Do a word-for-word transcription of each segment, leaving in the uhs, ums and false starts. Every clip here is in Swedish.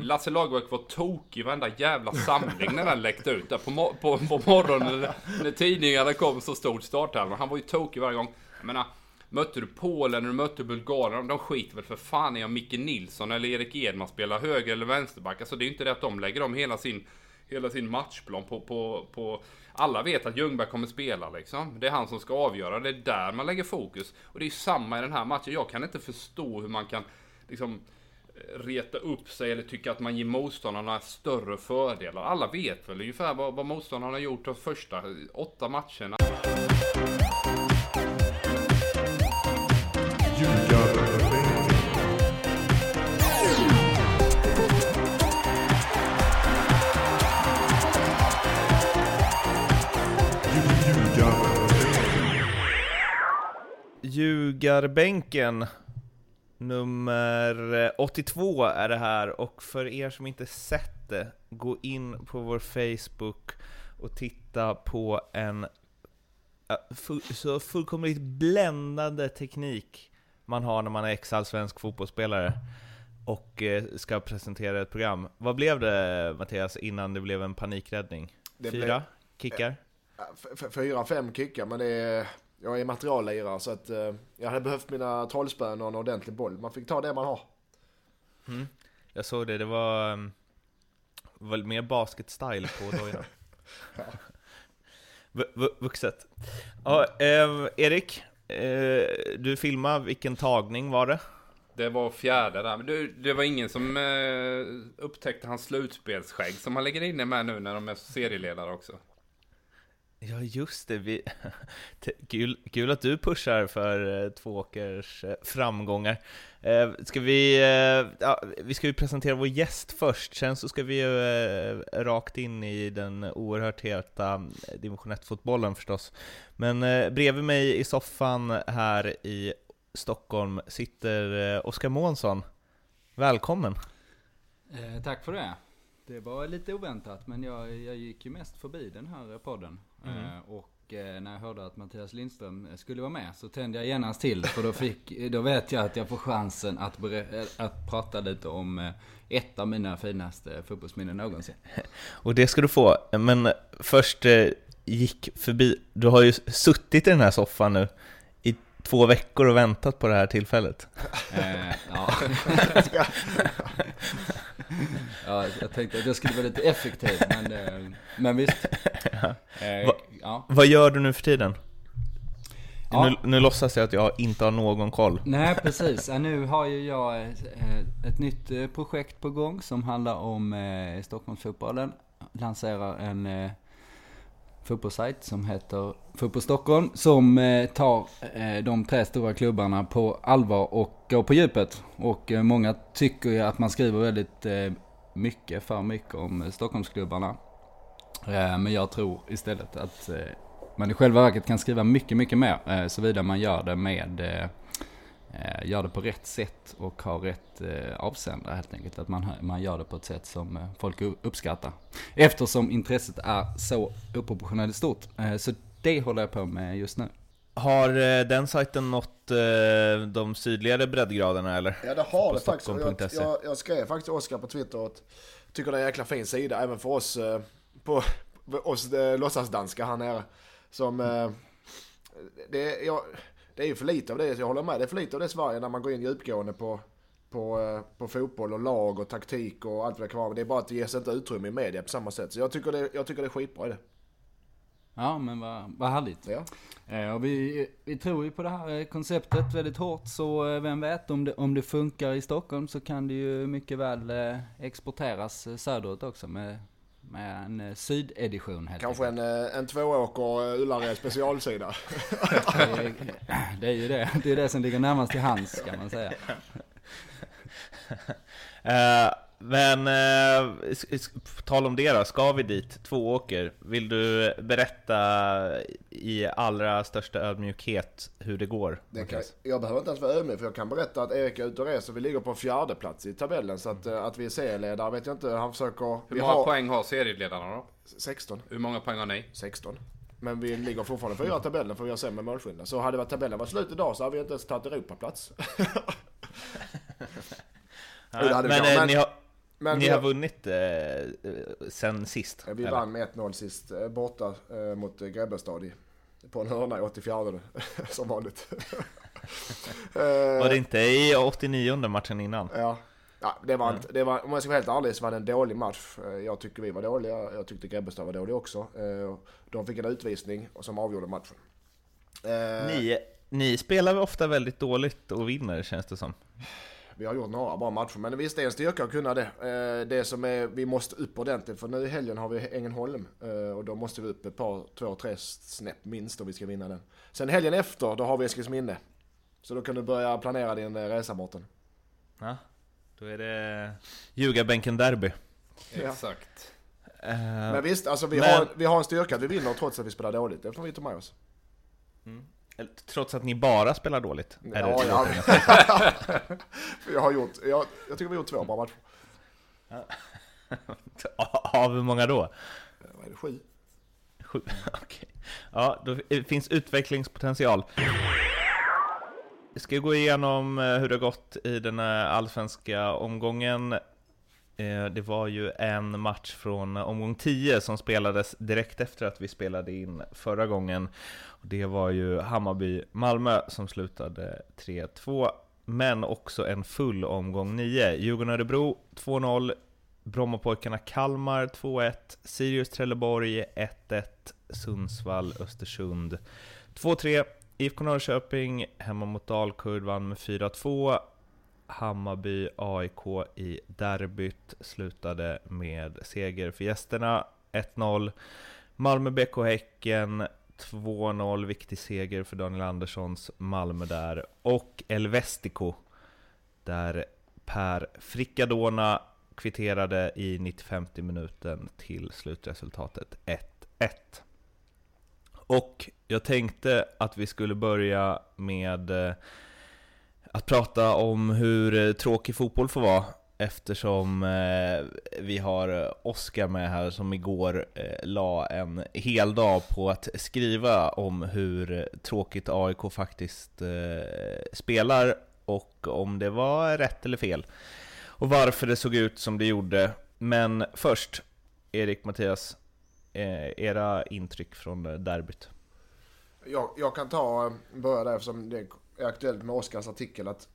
Lasse Lagerbäck var tokig i varenda jävla samling när den läckte ut där på, mo- på, på morgonen när, när tidningarna kom så stort starthalvan. Han var ju tokig varje gång. Jag menar, mötte du Polen eller mötte Bulgarien, de skiter väl för fan i om Micke Nilsson eller Erik Edman spelar höger eller vänsterback. Alltså det är ju inte det att de lägger om hela sin, hela sin matchplan på, på, på... Alla vet att Ljungberg kommer spela liksom. Det är han som ska avgöra. Det är där man lägger fokus. Och det är ju samma i den här matchen. Jag kan inte förstå hur man kan liksom reta upp sig eller tycka att man ger motståndarna större fördelar. Alla vet väl ungefär vad, vad motståndarna har gjort de första åtta matcherna. Ljugarbänken nummer åttiotvå är det här, och för er som inte sett det, gå in på vår Facebook och titta på en full, så fullkomligt bländande teknik man har när man är ex-allsvensk fotbollsspelare och ska presentera ett program. Vad blev det, Mattias, innan det blev en panikräddning? Det Fyra blev, kickar? F- f- fyra, fem kickar, men det är... Jag är materiallirare så att uh, jag hade behövt mina trollspön och en ordentlig boll. Man fick ta det man har. Mm. Jag såg det, det var, um, var mer basket-style på dojorna. Ja. v- v- vuxet. Ja, eh, Erik, eh, du filmade, vilken tagning var det? Det var fjärde där, men det, det var ingen som eh, upptäckte hans slutspelsskägg som han lägger inne med nu när de är serieledare också. Ja, just det. Vi... kul, kul att du pushar för eh, Tvååkers eh, framgångar. Eh, ska vi, eh, ja, vi ska ju presentera vår gäst först. Sen så ska vi eh, rakt in i den oerhört heta division ett-fotbollen förstås. Men eh, bredvid mig i soffan här i Stockholm sitter eh, Oskar Månsson. Välkommen. Eh, tack för det. Det var lite oväntat, men jag, jag gick ju mest förbi den här podden. Mm. Eh, och eh, när jag hörde att Mattias Lindström skulle vara med så tände jag genast till. För då, fick, då vet jag att jag får chansen att, ber- att prata lite om eh, ett av mina finaste fotbollsminnen någonsin. Och det ska du få. Men först eh, gick förbi. Du har ju suttit i den här soffan nu i två veckor och väntat på det här tillfället. Eh, ja. Ja, jag tänkte att jag skulle vara lite effektiv, men, men visst. Ja. Eh, Va, ja. Vad gör du nu för tiden? Ja. Nu, nu låtsas jag att jag inte har någon koll. Nej, precis. Ja, nu har ju jag ett, ett nytt projekt på gång som handlar om eh, Stockholmsfotbollen. Lanserar en eh, fotbollssajt som heter Fotboll Stockholm, som eh, tar eh, de tre stora klubbarna på allvar och går på djupet. Och eh, många tycker ju att man skriver väldigt eh, mycket, för mycket om eh, Stockholmsklubbarna. Eh, men jag tror istället att eh, man i själva verket kan skriva mycket, mycket mer, eh, såvida man gör det med eh, gör det på rätt sätt och har rätt eh, avsändare helt enkelt. Att man, man gör det på ett sätt som eh, folk uppskattar. Eftersom intresset är så oproportionellt stort. Eh, så det håller jag på med just nu. Har eh, den sajten nått eh, de sydligare breddgraderna eller? Ja, det har det faktiskt. Jag, jag, jag skrev faktiskt Oskar på Twitter att tycker det är en jäkla fin sida även för oss eh, på, på oss eh, låtsasdanska här nere. Som eh, det, jag, det är ju för lite av det, jag håller med. Det är för lite av det i Sverige när man går in djupgående på, på, eh, på fotboll och lag och taktik och allt vad det kan vara. Det är bara att det ges inte utrymme i media på samma sätt. Så jag tycker det, jag tycker det är skitbra i det. Ja, men vad, vad härligt. Ja. Eh, och vi, vi tror ju på det här konceptet väldigt hårt, så eh, vem vet, om det, om det funkar i Stockholm så kan det ju mycket väl eh, exporteras eh, söderut också med, med en eh, sydedition. Helt Kanske en, eh, en tvååker Ullared specialsida. det, är, det är ju det. Det är det som ligger närmast till hands, kan man säga. uh, Men eh, tal om det då, ska vi dit, Tvååker. Vill du berätta i allra största ödmjukhet hur det går? Det kan, jag behöver inte ens vara ödmjuk, för jag kan berätta att Erik är ute och reser. Vi ligger på fjärde plats i tabellen, så att, att vi är serieledare vet jag inte. Han försöker... Hur vi många har poäng har serieledarna då? sexton. Hur många poäng har ni? sexton. Men vi ligger fortfarande fyra tabellen för vi har sämre målskillnad. Så hade tabellen varit slut idag så hade vi inte ens tagit Europaplats. Ja, men, men, ni har... Men ni har vunnit eh, sen sist? Vi eller? vann med ett noll sist, eh, borta eh, mot eh, Grebbestad på en hörna i åttiofyra som vanligt. Var det inte i åttionionde matchen innan? Ja, ja det var inte, det var, om jag ska vara helt ärlig så var det en dålig match. Jag tycker vi var dåliga, jag tyckte Grebbestad var dålig också. De fick en utvisning som avgjorde matchen. Ni, ni spelar ofta väldigt dåligt och vinner, känns det som. Vi har gjort några bra matcher, men visst är en styrka att kunna det. Det som är, vi måste upp ordentligt, för nu i helgen har vi Ängelholm och då måste vi upp ett par, två, tre snäpp minst om vi ska vinna den. Sen helgen efter, då har vi Eskilsminne. Så då kan du börja planera din resa bort den. Ja, då är det Ljugarbänken derby. Ja. Exakt. Uh, men visst, alltså vi, men... har, vi har en styrka att vi vinner trots att vi spelar dåligt. Det får vi ta med oss. Mm. Trots att ni bara spelar dåligt? Ja, är det ja. jag har gjort, jag, jag tycker vi har gjort två bra matcher. Av hur många då? Vad är det, sju? Sju, okej. Okay. Ja, då finns utvecklingspotential. Vi ska gå igenom hur det har gått i den allsvenska omgången. Det var ju en match från omgång tio som spelades direkt efter att vi spelade in förra gången. Det var ju Hammarby-Malmö som slutade tre två, men också en full omgång nio. Djurgården-Örebro två noll, Brommapojkarna Kalmar två ett, Sirius-Trelleborg ett ett, Sundsvall-Östersund två tre, I F K Norrköping hemma mot Dalkurd vann med fyra två. Hammarby A I K i derbyt slutade med seger för gästerna ett noll. Malmö B K Häcken två noll, viktig seger för Daniel Anderssons Malmö där. Och Elvestico där Per Frickadona kvitterade i nittiofemte minuten till slutresultatet ett ett. Och jag tänkte att vi skulle börja med att prata om hur tråkig fotboll får vara, eftersom eh, vi har Oskar med här som igår eh, la en hel dag på att skriva om hur tråkigt A I K faktiskt eh, spelar och om det var rätt eller fel och varför det såg ut som det gjorde. Men först, Erik, Mattias, eh, era intryck från derbyt. Jag, jag kan ta börja där eftersom det är aktuellt med Oskars artikel att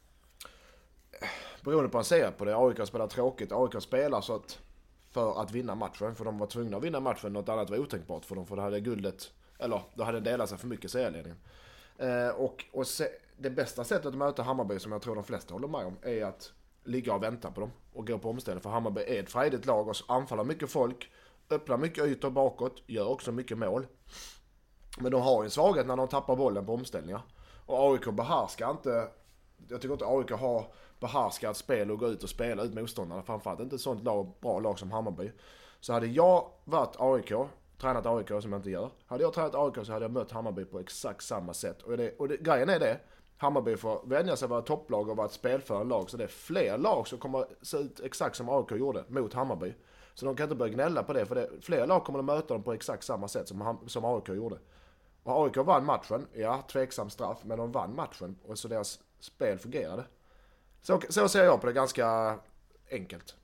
beroende på att säga på det, A I K spelar tråkigt. A I K spelar så att för att vinna matchen, för de var tvungna att vinna matchen, något annat var otänkbart för dem, för det hade guldet, eller då hade delat sig för mycket serieledningen. Eh, och och se, det bästa sättet att möta Hammarby, som jag tror de flesta håller med om, är att ligga och vänta på dem och gå på omställning, för Hammarby är ett frejdigt lag och anfaller mycket folk, öppnar mycket ytor bakåt, gör också mycket mål. Men de har en svaghet när de tappar bollen på omställningar. Och A I K behärskar inte, jag tycker inte A I K har behärskat spel och gå ut och spela ut motståndarna, framförallt inte ett sånt lag, bra lag som Hammarby. Så hade jag varit A I K, tränat A I K som jag inte gör, hade jag tränat A I K så hade jag mött Hammarby på exakt samma sätt. Och, det, och det, grejen är det, Hammarby får vänja sig att vara ett topplag och vara ett spelförande lag, så det är fler lag som kommer se ut exakt som A I K gjorde mot Hammarby. Så de kan inte börja gnälla på det, för det, fler lag kommer att möta dem på exakt samma sätt som, som A I K gjorde. Och A I K vann matchen, ja, tveksam straff, men de vann matchen och så deras spel fungerade. Så, så ser jag på det, ganska enkelt.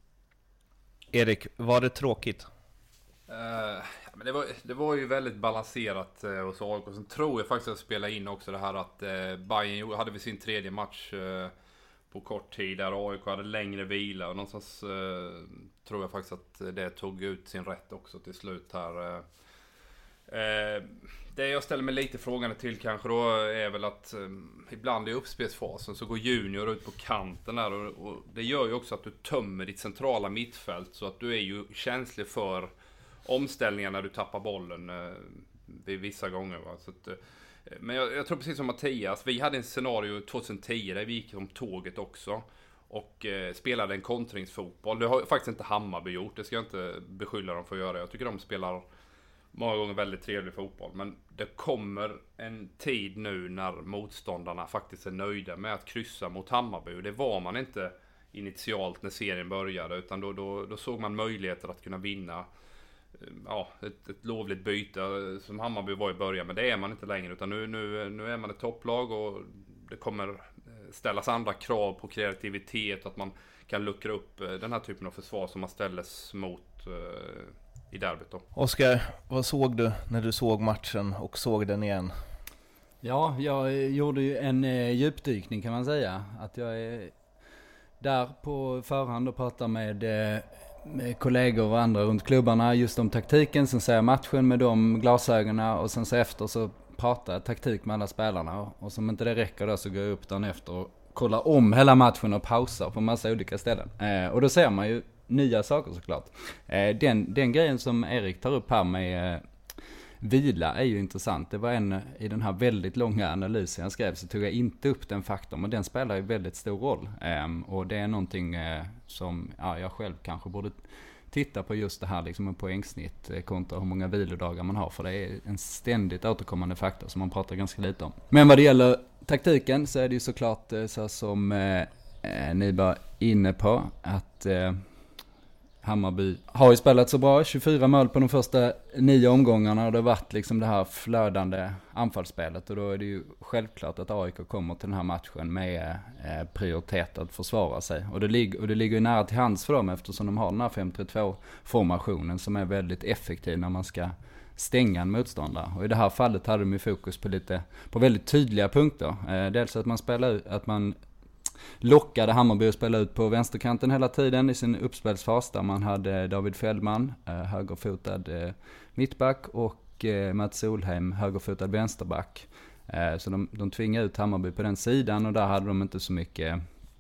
Erik, var det tråkigt? Uh, ja, men det, var, det var ju väldigt balanserat uh, hos A I K. Sen tror jag faktiskt att spela in också det här att uh, Bayern hade vid sin tredje match uh, på kort tid där A I K hade längre vila och någonstans uh, tror jag faktiskt att det tog ut sin rätt också till slut här. Uh, uh, Det jag ställer mig lite frågande till kanske då är väl att um, ibland i uppspelsfasen så går Junior ut på kanten där och, och det gör ju också att du tömmer ditt centrala mittfält, så att du är ju känslig för omställningar när du tappar bollen uh, vid vissa gånger. Va? Så att, uh, men jag, jag tror precis som Mattias, vi hade en scenario tjugohundratio där vi gick om tåget också och uh, spelade en kontringsfotboll. Det har faktiskt inte Hammarby gjort, det ska jag inte beskylla dem för att göra. Jag tycker de spelar många gånger väldigt trevlig fotboll, men det kommer en tid nu när motståndarna faktiskt är nöjda med att kryssa mot Hammarby. Det var man inte initialt när serien började, utan då, då, då såg man möjligheter att kunna vinna ja, ett, ett lovligt byte som Hammarby var i början, men det är man inte längre, utan nu, nu, nu är man ett topplag och det kommer ställas andra krav på kreativitet, att man kan luckra upp den här typen av försvar som man ställdes mot eh, i derbyt då. Oskar, vad såg du när du såg matchen och såg den igen? Ja, jag gjorde ju en eh, djupdykning kan man säga. Att jag är där på förhand och pratar med, eh, med kollegor och andra runt klubbarna just om taktiken. Sen ser jag matchen med de glasögonen och sen så efter så pratar jag taktik med alla spelarna. Och, och som inte det räcker då så går jag upp dagen efter och kollar om hela matchen och pausar på massa olika ställen. Eh, och då ser man ju nya saker såklart. Eh, den, den grejen som Erik tar upp här med... Eh, Vila är ju intressant. Det var en i den här väldigt långa analysen jag skrev så tog jag inte upp den faktorn. Men den spelar ju väldigt stor roll. Um, och det är någonting uh, som ja, jag själv kanske borde titta på just det här liksom en poängsnitt uh, kontra hur många vilodagar man har. För det är en ständigt återkommande faktor som man pratar ganska lite om. Men vad det gäller taktiken så är det ju såklart uh, så som uh, uh, ni var inne på att... Uh, Hammarby har ju spelat så bra, tjugofyra mål på de första nio omgångarna och det har varit liksom det här flödande anfallsspelet och då är det ju självklart att A I K kommer till den här matchen med eh, prioritet att försvara sig och det, lig- och det ligger ju nära till hands för dem eftersom de har den här fem tre två-formationen som är väldigt effektiv när man ska stänga en motståndare och i det här fallet hade de ju fokus på lite på väldigt tydliga punkter, eh, dels att man spelar ut, att man lockade Hammarby att spela ut på vänsterkanten hela tiden i sin uppspelsfas där man hade David Feldman, eh, högerfotad eh, mittback och eh, Mats Solheim, högerfotad vänsterback. Eh, så de, de tvingade ut Hammarby på den sidan och där hade de inte så mycket,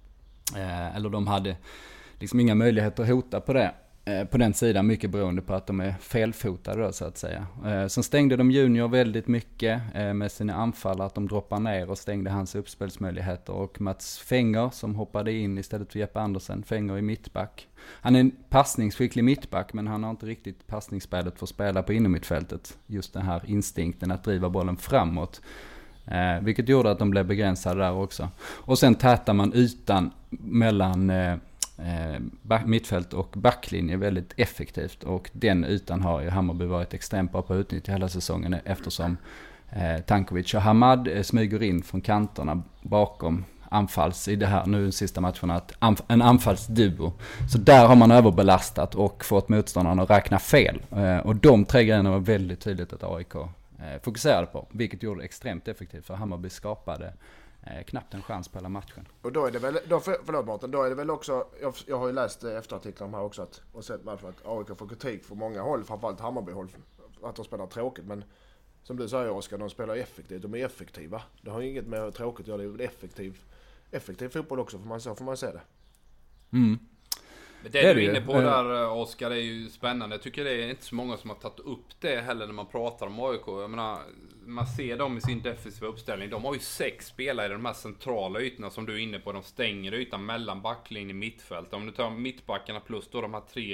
eh, eller de hade liksom inga möjligheter att hota på det. På den sidan, mycket beroende på att de är felfotade då, så att säga. Eh, sen stängde de Junior väldigt mycket eh, med sina anfall, att de droppar ner och stängde hans uppspelsmöjligheter. Och Mats Fenger som hoppade in istället för Jeppe Andersen, Fenger i mittback. Han är en passningsskicklig mittback men han har inte riktigt passningsspelet för att spela på inommittfältet. Just den här instinkten att driva bollen framåt. Eh, vilket gjorde att de blev begränsade där också. Och sen tätar man ytan mellan... Eh, Back, mittfält och backlinje väldigt effektivt och den ytan har ju Hammarby varit extremt bra på att utnyttja hela säsongen eftersom eh, Tankovic och Hamad eh, smyger in från kanterna bakom anfalls i det här nu den sista matchen att anf- en anfallsduo. Så där har man överbelastat och fått motståndarna att räkna fel eh, och de tre grejerna var väldigt tydligt att A I K eh, fokuserade på, vilket gjorde det extremt effektivt för Hammarby skapade Eh, knappt en chans på hela matchen. Och då är det väl, då, för, förlåt Martin, då är det väl också, jag, jag har ju läst efterartiklarna här också att, och sett varför att A I K får kritik från många håll, framförallt Hammarby-håll, att de spelar tråkigt, men som du säger Oskar, de spelar effektivt, de är effektiva. Det har ju inget med tråkigt att göra, det är väl effektiv, effektiv fotboll också, får man, så får man se det. Mm. Men det, det du är inne på där Oskar är ju spännande. Jag tycker det är inte så många som har tagit upp det heller när man pratar om A I K. Jag menar, man ser dem i sin defensiva uppställning. De har ju sex spelare i de här centrala ytorna som du är inne på. De stänger ytan mellan backlinjen i mittfält. Om du tar mittbackarna plus då de här tre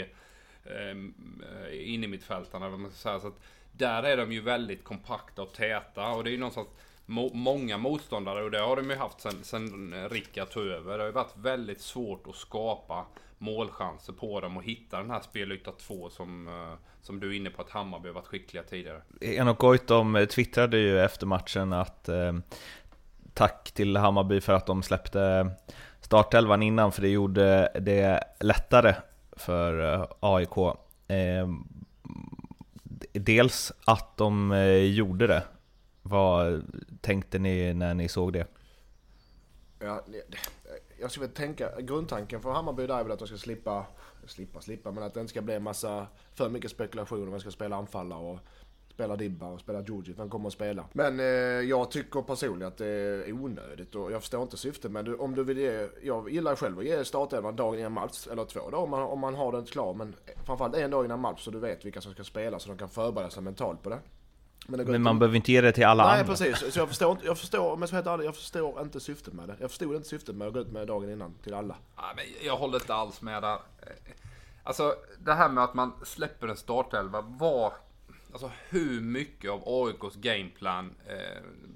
eh, in i mittfältarna. Man ska säga. Så att där är de ju väldigt kompakta och täta. Och det är ju någonstans må- många motståndare. Och det har de ju haft sen, sen Rickard tog över. Det har ju varit väldigt svårt att skapa målchanser på dem och hitta den här spelyta två som, som du är inne på att Hammarby har varit skickliga tidigare. Enok Goitom twittrade ju efter matchen att eh, tack till Hammarby för att de släppte startelvan innan, för det gjorde det lättare för eh, A I K. Eh, dels att de eh, gjorde det. Vad tänkte ni när ni såg det? Ja, det, jag skulle tänka, grundtanken för Hammarby där är väl att de ska slippa, slippa, slippa, men att det inte ska bli en massa, för mycket spekulation om man ska spela anfallare och spela Dibba och spela Djurdjic, han kommer att spela. Men eh, jag tycker personligen att det är onödigt och jag förstår inte syftet, men du, om du vill ge, jag gillar själv att ge startelvan dagen innan match, eller två dagar om man, om man har den klar, men framförallt en dag innan match så du vet vilka som ska spela så de kan förbereda sig mentalt på det. Men, men man till... behöver inte ge det till alla Nej, andra. Nej, precis. Så jag förstår inte, jag förstår, men så heter alla, jag förstår inte syftet med det. Jag förstod inte syftet med att gå ut med dagen innan till alla. Ja, men jag håller inte alls med där. Alltså, det här med att man släpper en startelva var... Alltså, hur mycket av A I K:s gameplan eh,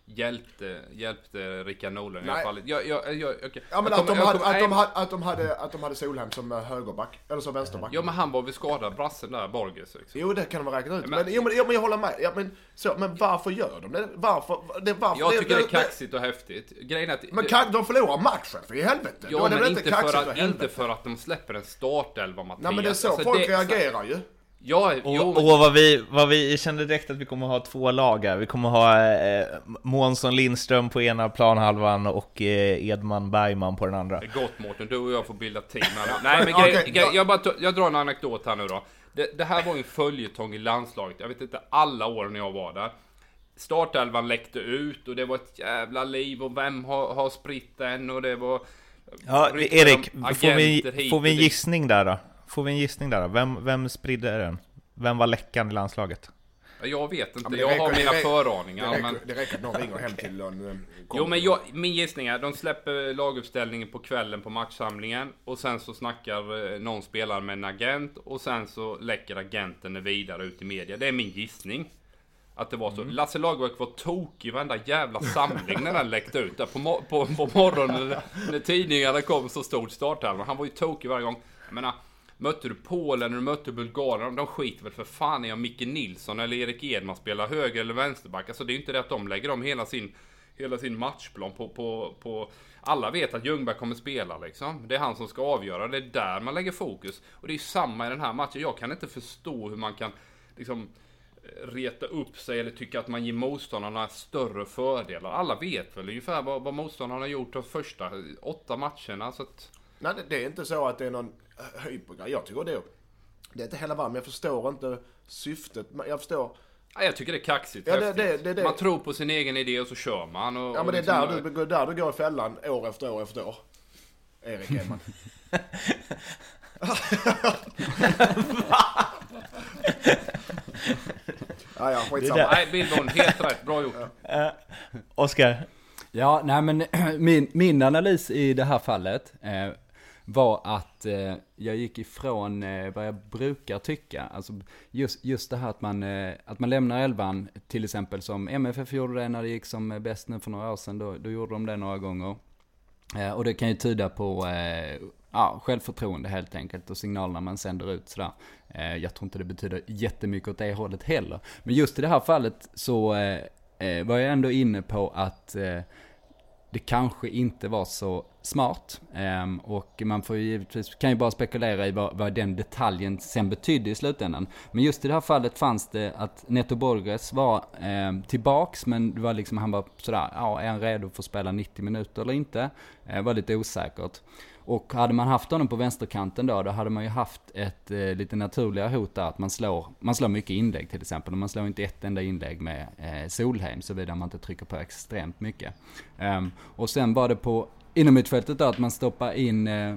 hjälpte, hjälpte Rickard Norlund i alla fall. Jag, jag, jag, okay. Ja, men att, kommer, de hade, kommer, att, de hade, att, de hade, att de hade Solheim som högerback, eller som vänsterback. Ja, men han var väl skadad, brassen där, Borges. Liksom. Jo, det kan de räkna ut. Men, men, jo, men, jo, men jag håller med. Ja, men, så, men varför gör de det? Varför? Det, varför jag tycker det, det är kaxigt och häftigt. Grejen är att, men kan, de förlorar matchen, för i helvete. Ja, då men det inte, inte, för att, inte för att de släpper en startelva, Mattias. Nej, men det är så alltså, folk det, reagerar ju. Ja, och, jo, och vad vi, vad vi kände direkt att vi kommer ha två lag här. Vi kommer ha eh, Månsson Lindström på ena planhalvan och eh, Edman Bergman på den andra. Det är gott, Mårten, du och jag får bilda team här. Nej, men grej, okay, grej, jag, bara, jag drar en anekdot här nu då. Det, det här var en följetong i landslaget. Jag vet inte, alla år när jag var där. Startelvan läckte ut och det var ett jävla liv. Och vem har, har spritt den? Och det var... Ja, Erik, får vi, får vi en gissning där då? Får vi en gissning där då? Vem, vem spridde den? Vem var läckan i landslaget? Jag vet inte, ja, jag har mina det föraningar. Det räcker, men... det räcker att någon ringer hem till en... Jo, men jag, min gissning är, de släpper laguppställningen på kvällen på matchsamlingen. Och sen så snackar eh, någon spelare med en agent. Och sen så läcker agenten vidare ut i media. Det är min gissning. Att det var så. Mm. Lasse Lagerbäck var tokig varenda jävla samling när den läckte ut. Där på, mo- på, på morgonen när, när tidningarna kom så stod startelvan. Han var ju tokig varje gång. Jag menar, mötte du Polen eller du mötte Bulgarien, de skiter väl för fan i om Micke Nilsson eller Erik Edman spelar höger eller vänsterback. Alltså det är ju inte det att de lägger om hela sin, hela sin matchplan på, på, på... Alla vet att Ljungberg kommer spela liksom. Det är han som ska avgöra. Det är där man lägger fokus. Och det är ju samma i den här matchen. Jag kan inte förstå hur man kan liksom reta upp sig eller tycka att man ger motståndarna större fördelar. Alla vet väl ungefär vad, vad motståndarna har gjort de första åtta matcherna. Så att... Nej, det är inte så att det är någon höjdprogram. Jag tycker det. Det är inte hela varm. Jag förstår inte syftet. Jag förstår... Ja, jag tycker det är kaxigt. Ja, det, det, det, det. Man tror på sin egen idé och så kör man. Och, ja, men det är liksom där, du, där du går i fällan år efter år efter år. Erik Edman. Ja, ja, skitsamma. Nej, Billborn, helt rätt. Bra gjort. Uh, Oskar? Ja, nej men min, min analys i det här fallet eh, var att eh, jag gick ifrån eh, vad jag brukar tycka. Alltså just, just det här att man, eh, att man lämnar elvan, till exempel som M F F gjorde det när det gick som bäst nu för några år sedan. Då, då gjorde de det några gånger. Eh, och det kan ju tyda på eh, ja, självförtroende helt enkelt och signalerna man sänder ut sådär. Eh, jag tror inte det betyder jättemycket åt det hållet heller. Men just i det här fallet så eh, eh, var jag ändå inne på att eh, det kanske inte var så smart. Eh, och man får ju givetvis, kan ju bara spekulera i vad, vad den detaljen sen betydde i slutändan. Men just i det här fallet fanns det att Neto Borges var eh, tillbaks, men det var liksom, han var sådär, ja, är han redo för att spela nittio minuter eller inte? Eh, var lite osäkert. Och hade man haft honom på vänsterkanten då, då hade man ju haft ett eh, lite naturligare hot där, att man slår, man slår mycket inlägg till exempel. Och man slår inte ett enda inlägg med eh, Solheim, så vidare man inte trycker på extremt mycket. Um, och sen var det på inom mittfältet då, att man stoppar in eh,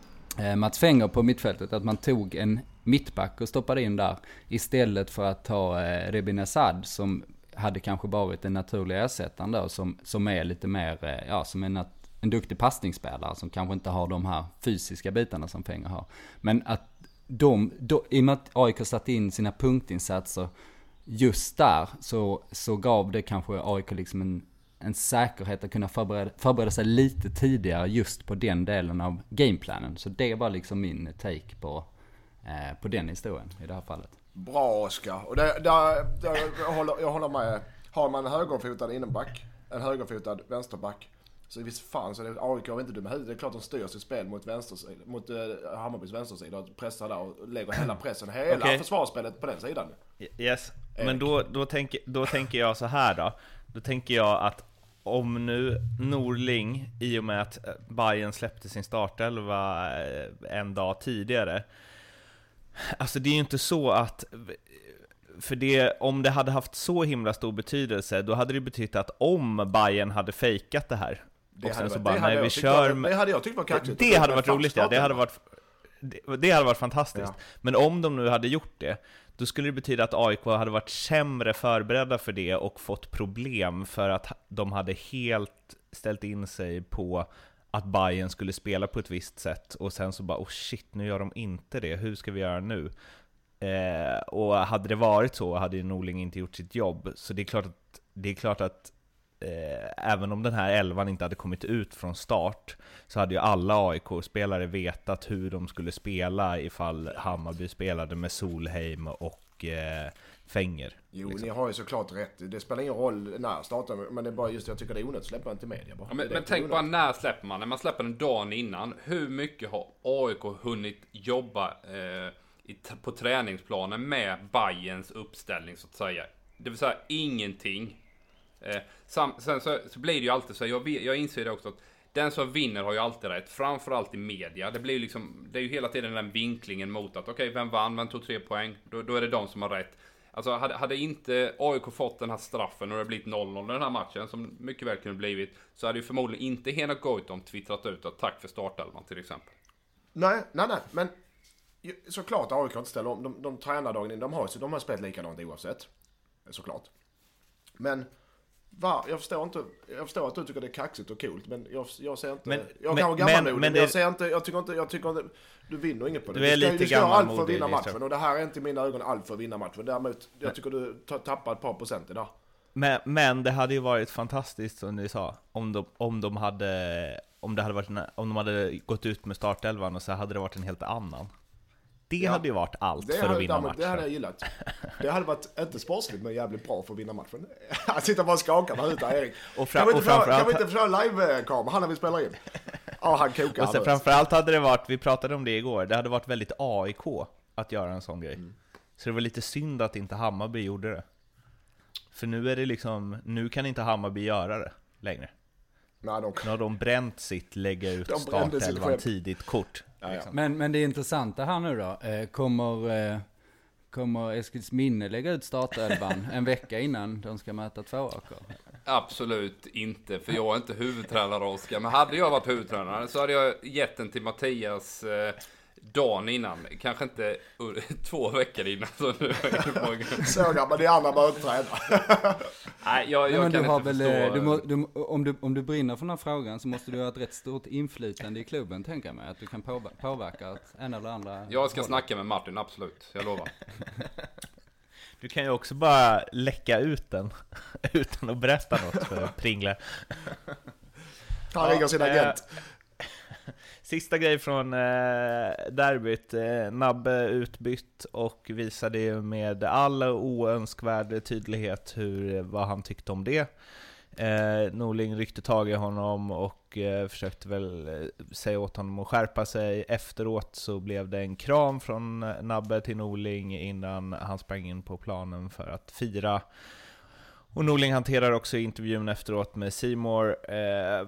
Mats Fenger på mittfältet, att man tog en mittback och stoppade in där istället för att ta eh, Rebin Assad, som hade kanske varit en naturlig ersättare då, som, som är lite mer, eh, ja, som en nat- en duktig passningsspelare som kanske inte har de här fysiska bitarna som Fenger har. Men att de, de i och med att A I K satt in sina punktinsatser just där, så, så gav det kanske A I K liksom en, en säkerhet att kunna förbereda, förbereda sig lite tidigare just på den delen av gameplanen. Så det var liksom min take på, eh, på den historien i det här fallet. Bra, Oskar. Och det, där, där, jag, håller, jag håller med. Har man en högerfotad innerback, en högerfotad vänsterback, så visst fan så är det A I K är inte dum. Det är klart de styr sitt spel mot vänstersida, mot uh, Hammarbys vänstersida och pressar där och lägger hela pressen, hela okay. försvarsspelet på den sidan. Yes, Erik. Men då, då, tänker, då tänker jag så här då. Då tänker jag att om nu Norling, i och med att Bayern släppte sin startelva en dag tidigare, alltså det är ju inte så att, för det, om det hade haft så himla stor betydelse, då hade det betytt att om Bayern hade fejkat det här, det och sen hade, så bara, det nej hade vi kör kör, det hade jag tyckt var kaxigt. Det, det hade varit roligt, ja, det hade varit det, det hade varit fantastiskt. Ja. Men om de nu hade gjort det, då skulle det betyda att A I K hade varit sämre förberedda för det och fått problem för att de hade helt ställt in sig på att Bayern skulle spela på ett visst sätt, och sen så bara, oh shit, nu gör de inte det, hur ska vi göra nu? Eh, och hade det varit så hade ju Norling inte gjort sitt jobb. Så det är klart att, det är klart att eh, även om den här elvan inte hade kommit ut från start, så hade ju alla A I K-spelare vetat hur de skulle spela ifall Hammarby spelade med Solheim och eh, Fenger. Jo, liksom. Ni har ju såklart rätt. Det spelar ingen roll när starten, men det är bara just jag tycker det är onödigt att släppa den till media. Bara. Ja, men men tänk bara, när släpper man? När man släpper den dagen innan, hur mycket har A I K hunnit jobba eh, i, på träningsplanen med Bayerns uppställning så att säga? Det vill säga ingenting. Eh, sam, sen så, så blir det ju alltid så, jag, jag inser det också, att den som vinner har ju alltid rätt, framförallt i media. Det blir ju liksom, det är ju hela tiden den vinklingen mot att okej, okay, vem vann, vem tog tre poäng? Då, då är det de som har rätt. Alltså hade, hade inte A I K fått den här straffen och det blivit noll noll i den här matchen, som mycket väl kunde blivit, så hade ju förmodligen inte Henok Goitom twittrat ut att tack för startelvan till exempel. Nej, nej, nej, men såklart A I K inte ställa om. De, de tränar dagen in, de har, de har spelat likadant oavsett. Såklart. Men va, jag förstår inte, jag förstår att du tycker det är kaxigt och coolt, men jag, jag ser inte, men, jag kan vara gammal nog, men det, jag ser inte, jag tycker inte, jag tycker inte, du vinner inget på det. Du är du ska, lite du ska göra allt för att vinna modig, matchen, och det här är inte i mina ögon allt för att vinna matchen. Däremot, jag tycker du tappar ett par procent idag. Men, men det hade ju varit fantastiskt, som ni sa, om de, om de hade om det hade varit, om de hade gått ut med startelvan och så hade det varit en helt annan. Det ja, hade ju varit allt för hade, att vinna matchen. Det hade jag gillat. Det hade varit inte sportsligt, men jävligt bra för att vinna matchen. Han sitter bara och skakar med huvudet, Erik. Och fram, kan vi inte och föra, kan vi inte föra live-kamera? Han när vi spelar in. Ja, han kokar. Och sen framförallt hade det varit, vi pratade om det igår, det hade varit väldigt A I K att göra en sån grej. Mm. Så det var lite synd att inte Hammarby gjorde det. För nu är det liksom, nu kan inte Hammarby göra det längre. Nej, de... Nu har de bränt sitt lägga ut startelvan tidigt kort. Ja, ja. Men, men det intressanta här nu då, eh, kommer, eh, kommer Eskilsminne lägga ut startelvan en vecka innan de ska möta två A K? Absolut inte, för jag är inte huvudtränare, Oskar. Men hade jag varit huvudtränare så hade jag gett den till Mattias eh, dagen innan. Kanske inte uh, två veckor innan. Så, nu så gammal, det är andra bara att träna. Nej, jag, jag Nej, kan du har inte väl, förstå. Du må, du, om, du, om du brinner för den här frågan så måste du ha ett rätt stort inflytande i klubben, tänker jag mig. Att du kan påverka, påverka att en eller andra... Jag ska snacka med Martin, absolut. Jag lovar. Du kan ju också bara läcka ut den utan att berätta något för Pringla. Han ringer sin agent. Sista grej från eh, derbyt. Eh, Nabbe utbytt och visade ju med all oönskvärd tydlighet hur, vad han tyckte om det. Eh, Norling ryckte tag i honom och eh, försökte väl eh, säga åt honom att skärpa sig. Efteråt så blev det en kram från Nabbe till Norling innan han sprang in på planen för att fira. Och Norling hanterar också intervjun efteråt med C More. Eh,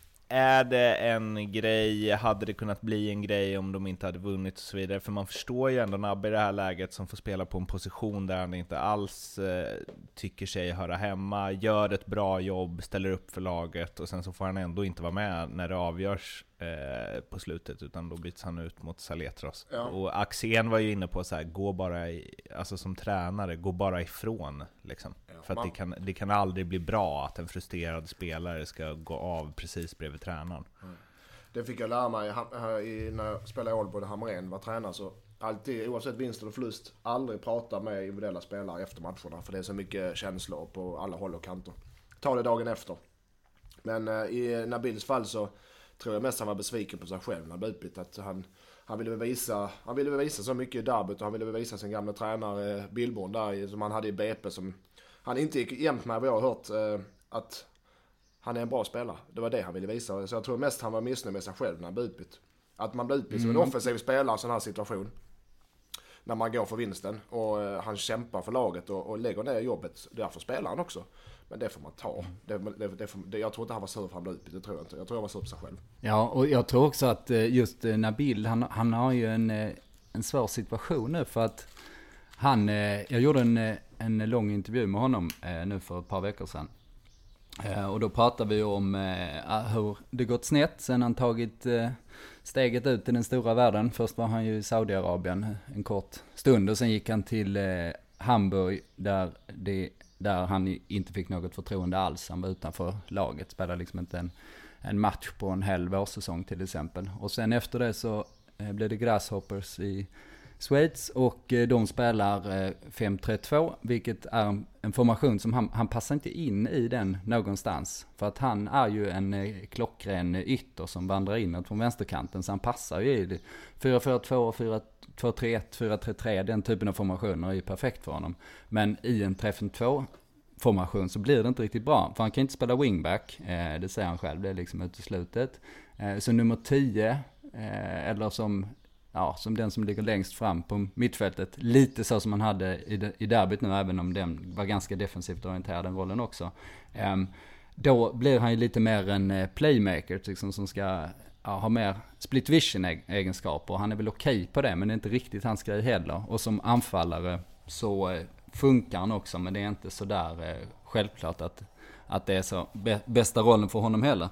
Är det en grej, hade det kunnat bli en grej om de inte hade vunnit och så vidare? För man förstår ju ändå Nabbe i det här läget som får spela på en position där han inte alls eh, tycker sig höra hemma, gör ett bra jobb, ställer upp för laget och sen så får han ändå inte vara med när det avgörs eh, på slutet, utan då byts han ut mot Saletros. Ja. Och Axén var ju inne på så här, gå bara i, alltså som tränare, gå bara ifrån liksom. Ja, för att man... det, kan, det kan aldrig bli bra att en frustrerad spelare ska gå av precis bredvid tränaren. Mm. Det fick jag lära mig i, när jag spelade i Ålborg, Hamrén var tränare, så alltid, oavsett vinst eller förlust, aldrig prata med individuella spelare efter matcherna, för det är så mycket känslor på alla håll och kanter. Ta det dagen efter. Men eh, i Nabils fall så tror jag mest han var besviken på sig själv när han blev utbytt, att han, han ville bevisa han ville bevisa så mycket i derbyt, och han ville bevisa sin gamla tränare Billborn där som han hade i B P, som han inte gick jämt med, vad jag har hört, eh, att han är en bra spelare. Det var det han ville visa. Så jag tror mest han var missnöjd med sig själv när han blev utbytt. Att man blir utbytt som en offensiv spelare i en sån här situation. När man går för vinsten. Och uh, han kämpar för laget och, och lägger ner jobbet. Därför spelar han också. Men det får man ta. Det, det, det får, det, jag tror inte han var sur för han blev utbytt. Det tror jag inte. Jag tror han var sur på sig själv. Ja, och jag tror också att just Nabil, han, han har ju en, en svår situation nu. För att han, jag gjorde en, en lång intervju med honom nu för ett par veckor sedan. Uh, och då pratar vi om uh, hur det gått snett sen han tagit uh, steget ut i den stora världen. Först var han ju i Saudiarabien en kort stund och sen gick han till uh, Hamburg där, det, där han inte fick något förtroende alls. Han var utanför laget, spelade liksom inte en, en match på en hel vårsäsong till exempel. Och sen efter det så uh, blev det Grasshoppers i Schweiz och eh, de spelar eh, fem tre två, vilket är en, en formation som han, han passar inte in i den någonstans. För att han är ju en eh, klockren ytter som vandrar inåt från vänsterkanten, så han passar ju i fyra fyra två, fyra två tre ett, fyra tre tre, den typen av formationer är ju perfekt för honom. Men i en tre fem två formation så blir det inte riktigt bra. För han kan inte spela wingback, eh, det säger han själv, det är liksom uteslutet. Eh, så nummer tio, eh, eller som, ja, som den som ligger längst fram på mittfältet, lite så som man hade i, de, i derbyt nu, även om den var ganska defensivt orienterad den rollen också. Eh, då blir han ju lite mer en eh, playmaker liksom, som ska ja, ha mer split vision egenskaper. Han är väl okej okay på det, men det är inte riktigt hans grej heller. Och som anfallare så eh, funkar han också, men det är inte så där eh, självklart att, att det är så b- bästa rollen för honom heller.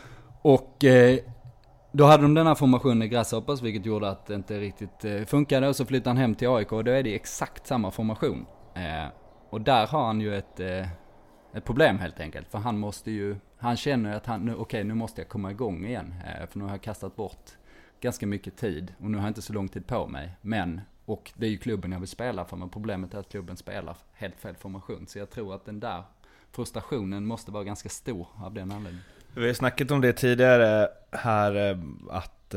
Och eh, då hade de den här formationen i Grasshoppers, vilket gjorde att det inte riktigt eh, funkade, och så flyttade han hem till A I K och då är det exakt samma formation. Eh, och där har han ju ett, eh, ett problem helt enkelt, för han måste ju, han känner att han, nu, okej okay, nu måste jag komma igång igen, eh, för nu har jag kastat bort ganska mycket tid och nu har jag inte så lång tid på mig, men och det är ju klubben jag vill spela för, men problemet är att klubben spelar helt fel formation. Så jag tror att den där frustrationen måste vara ganska stor av den anledningen. Vi har snackat om det tidigare här, att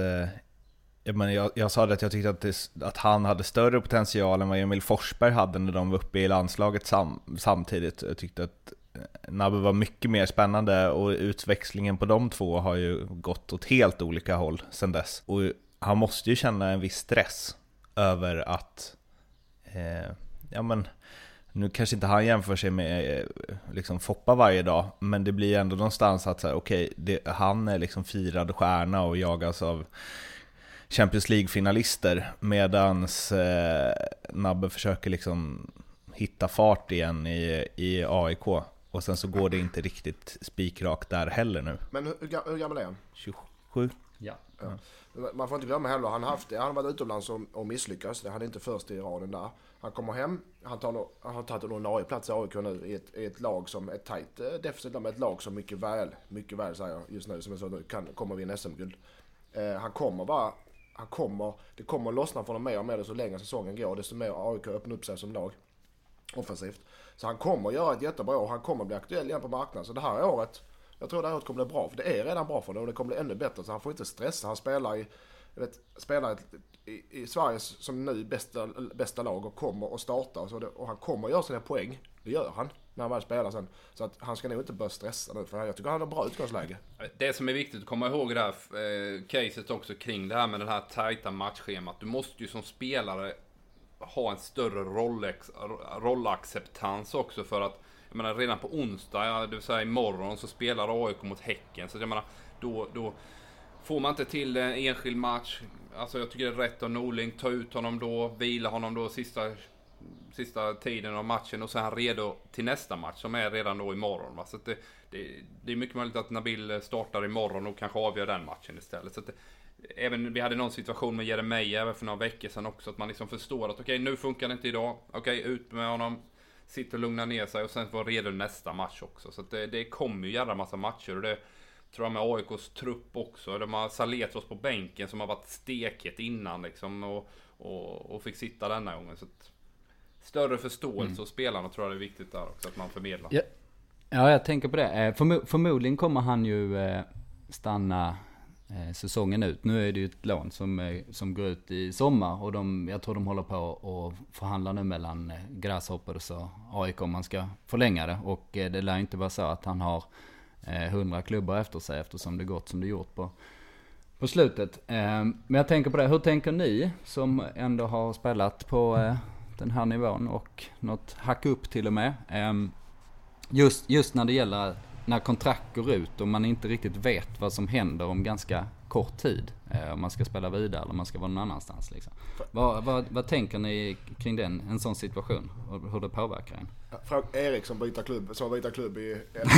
jag, menar, jag, jag sa det att jag tyckte att, det, att han hade större potential än vad Emil Forsberg hade när de var uppe i landslaget sam, samtidigt. Jag tyckte att Nabbe var mycket mer spännande och utväxlingen på de två har ju gått åt helt olika håll sedan dess. Och han måste ju känna en viss stress över att eh, ja men nu kanske inte han jämför sig med eh, liksom Foppa varje dag, men det blir ändå någonstans att säga okej, okay, han är liksom firad stjärna och jagas av Champions League-finalister, medans eh, Nabbe försöker liksom hitta fart igen i, i A I K, och sen så går det inte riktigt spikrakt där heller nu. Men hur, hur gammal är han? tjugosju. Ja. Ja. Man får inte glömma heller, han har haft, han har varit utomlands och, och misslyckats. Det han är inte först i raden där. Han kommer hem, han, tar, han har tagit en ordinarie plats i A I K nu i ett, i ett lag som är tajt defensivt, med ett lag som mycket väl, mycket väl säger jag just nu, som jag sa nu, kan kommer vinna S M-guld. Eh, han kommer bara, han kommer, det kommer lossna från honom mer och mer så länge säsongen går, desto mer A I K öppnar upp sig som lag offensivt. Så han kommer göra ett jättebra år och han kommer bli aktuell igen på marknaden. Så det här året, jag tror det här året kommer bli bra, för det är redan bra för det och det kommer bli ännu bättre, så han får inte stressa. Han spelar i, jag vet, spelar i, i Sverige som nu bästa, bästa lag och kommer att starta och, så det, och han kommer att göra sina poäng, det gör han när han väl spelar sen. Så att han ska nog inte börja stressa nu, för jag tycker han har bra utgångsläge. Det som är viktigt att komma ihåg det här eh, caset också kring det här med den här tajta matchschemat. Du måste ju som spelare ha en större rollex, rollacceptans också, för att jag menar, redan på onsdag, det vill säga imorgon, så spelar A I K mot Häcken. Så jag menar, då, då får man inte till en enskild match. Alltså jag tycker det är rätt av Norling, ta ut honom då, vila honom då sista, sista tiden av matchen, och så är han redo till nästa match som är redan då imorgon. Va? Så att det, det, det är mycket möjligt att Nabil startar imorgon och kanske avgör den matchen istället. Så att det, även vi hade någon situation med Jeremejeff för några veckor sedan också, att man liksom förstår att okej, okay, nu funkar det inte idag, okej, okay, ut med honom, sitta och lugna ner sig och sen vara redo nästa match också. Så att det, det kommer ju göra massa matcher, och det tror jag med A I K:s trupp också. De har Saletros på bänken som har varit steket innan liksom, och, och, och fick sitta denna gången. Så att större förståelse mm. hos spelarna tror jag det är viktigt där också, att man förmedlar. Ja, ja jag tänker på det. Förmo- förmodligen kommer han ju eh, stanna eh, säsongen ut. Nu är det ju ett lån som, eh, som går ut i sommar, och de, jag tror de håller på att förhandla nu mellan eh, Grasshoppers och A I K om man ska förlänga det. Och eh, det lär inte vara så att han har hundra klubbar efter sig, eftersom det gått som det gjort på, på slutet. Men jag tänker på det, hur tänker ni som ändå har spelat på den här nivån och något hack upp till och med, just, just när det gäller när kontrakt går ut och man inte riktigt vet vad som händer om ganska kort tid, om man ska spela vidare eller om man ska vara någon annanstans liksom. Vad, vad, vad tänker ni kring den, en sån situation och hur det påverkar en? Fråga Erik som byter klubb, som byter klubb i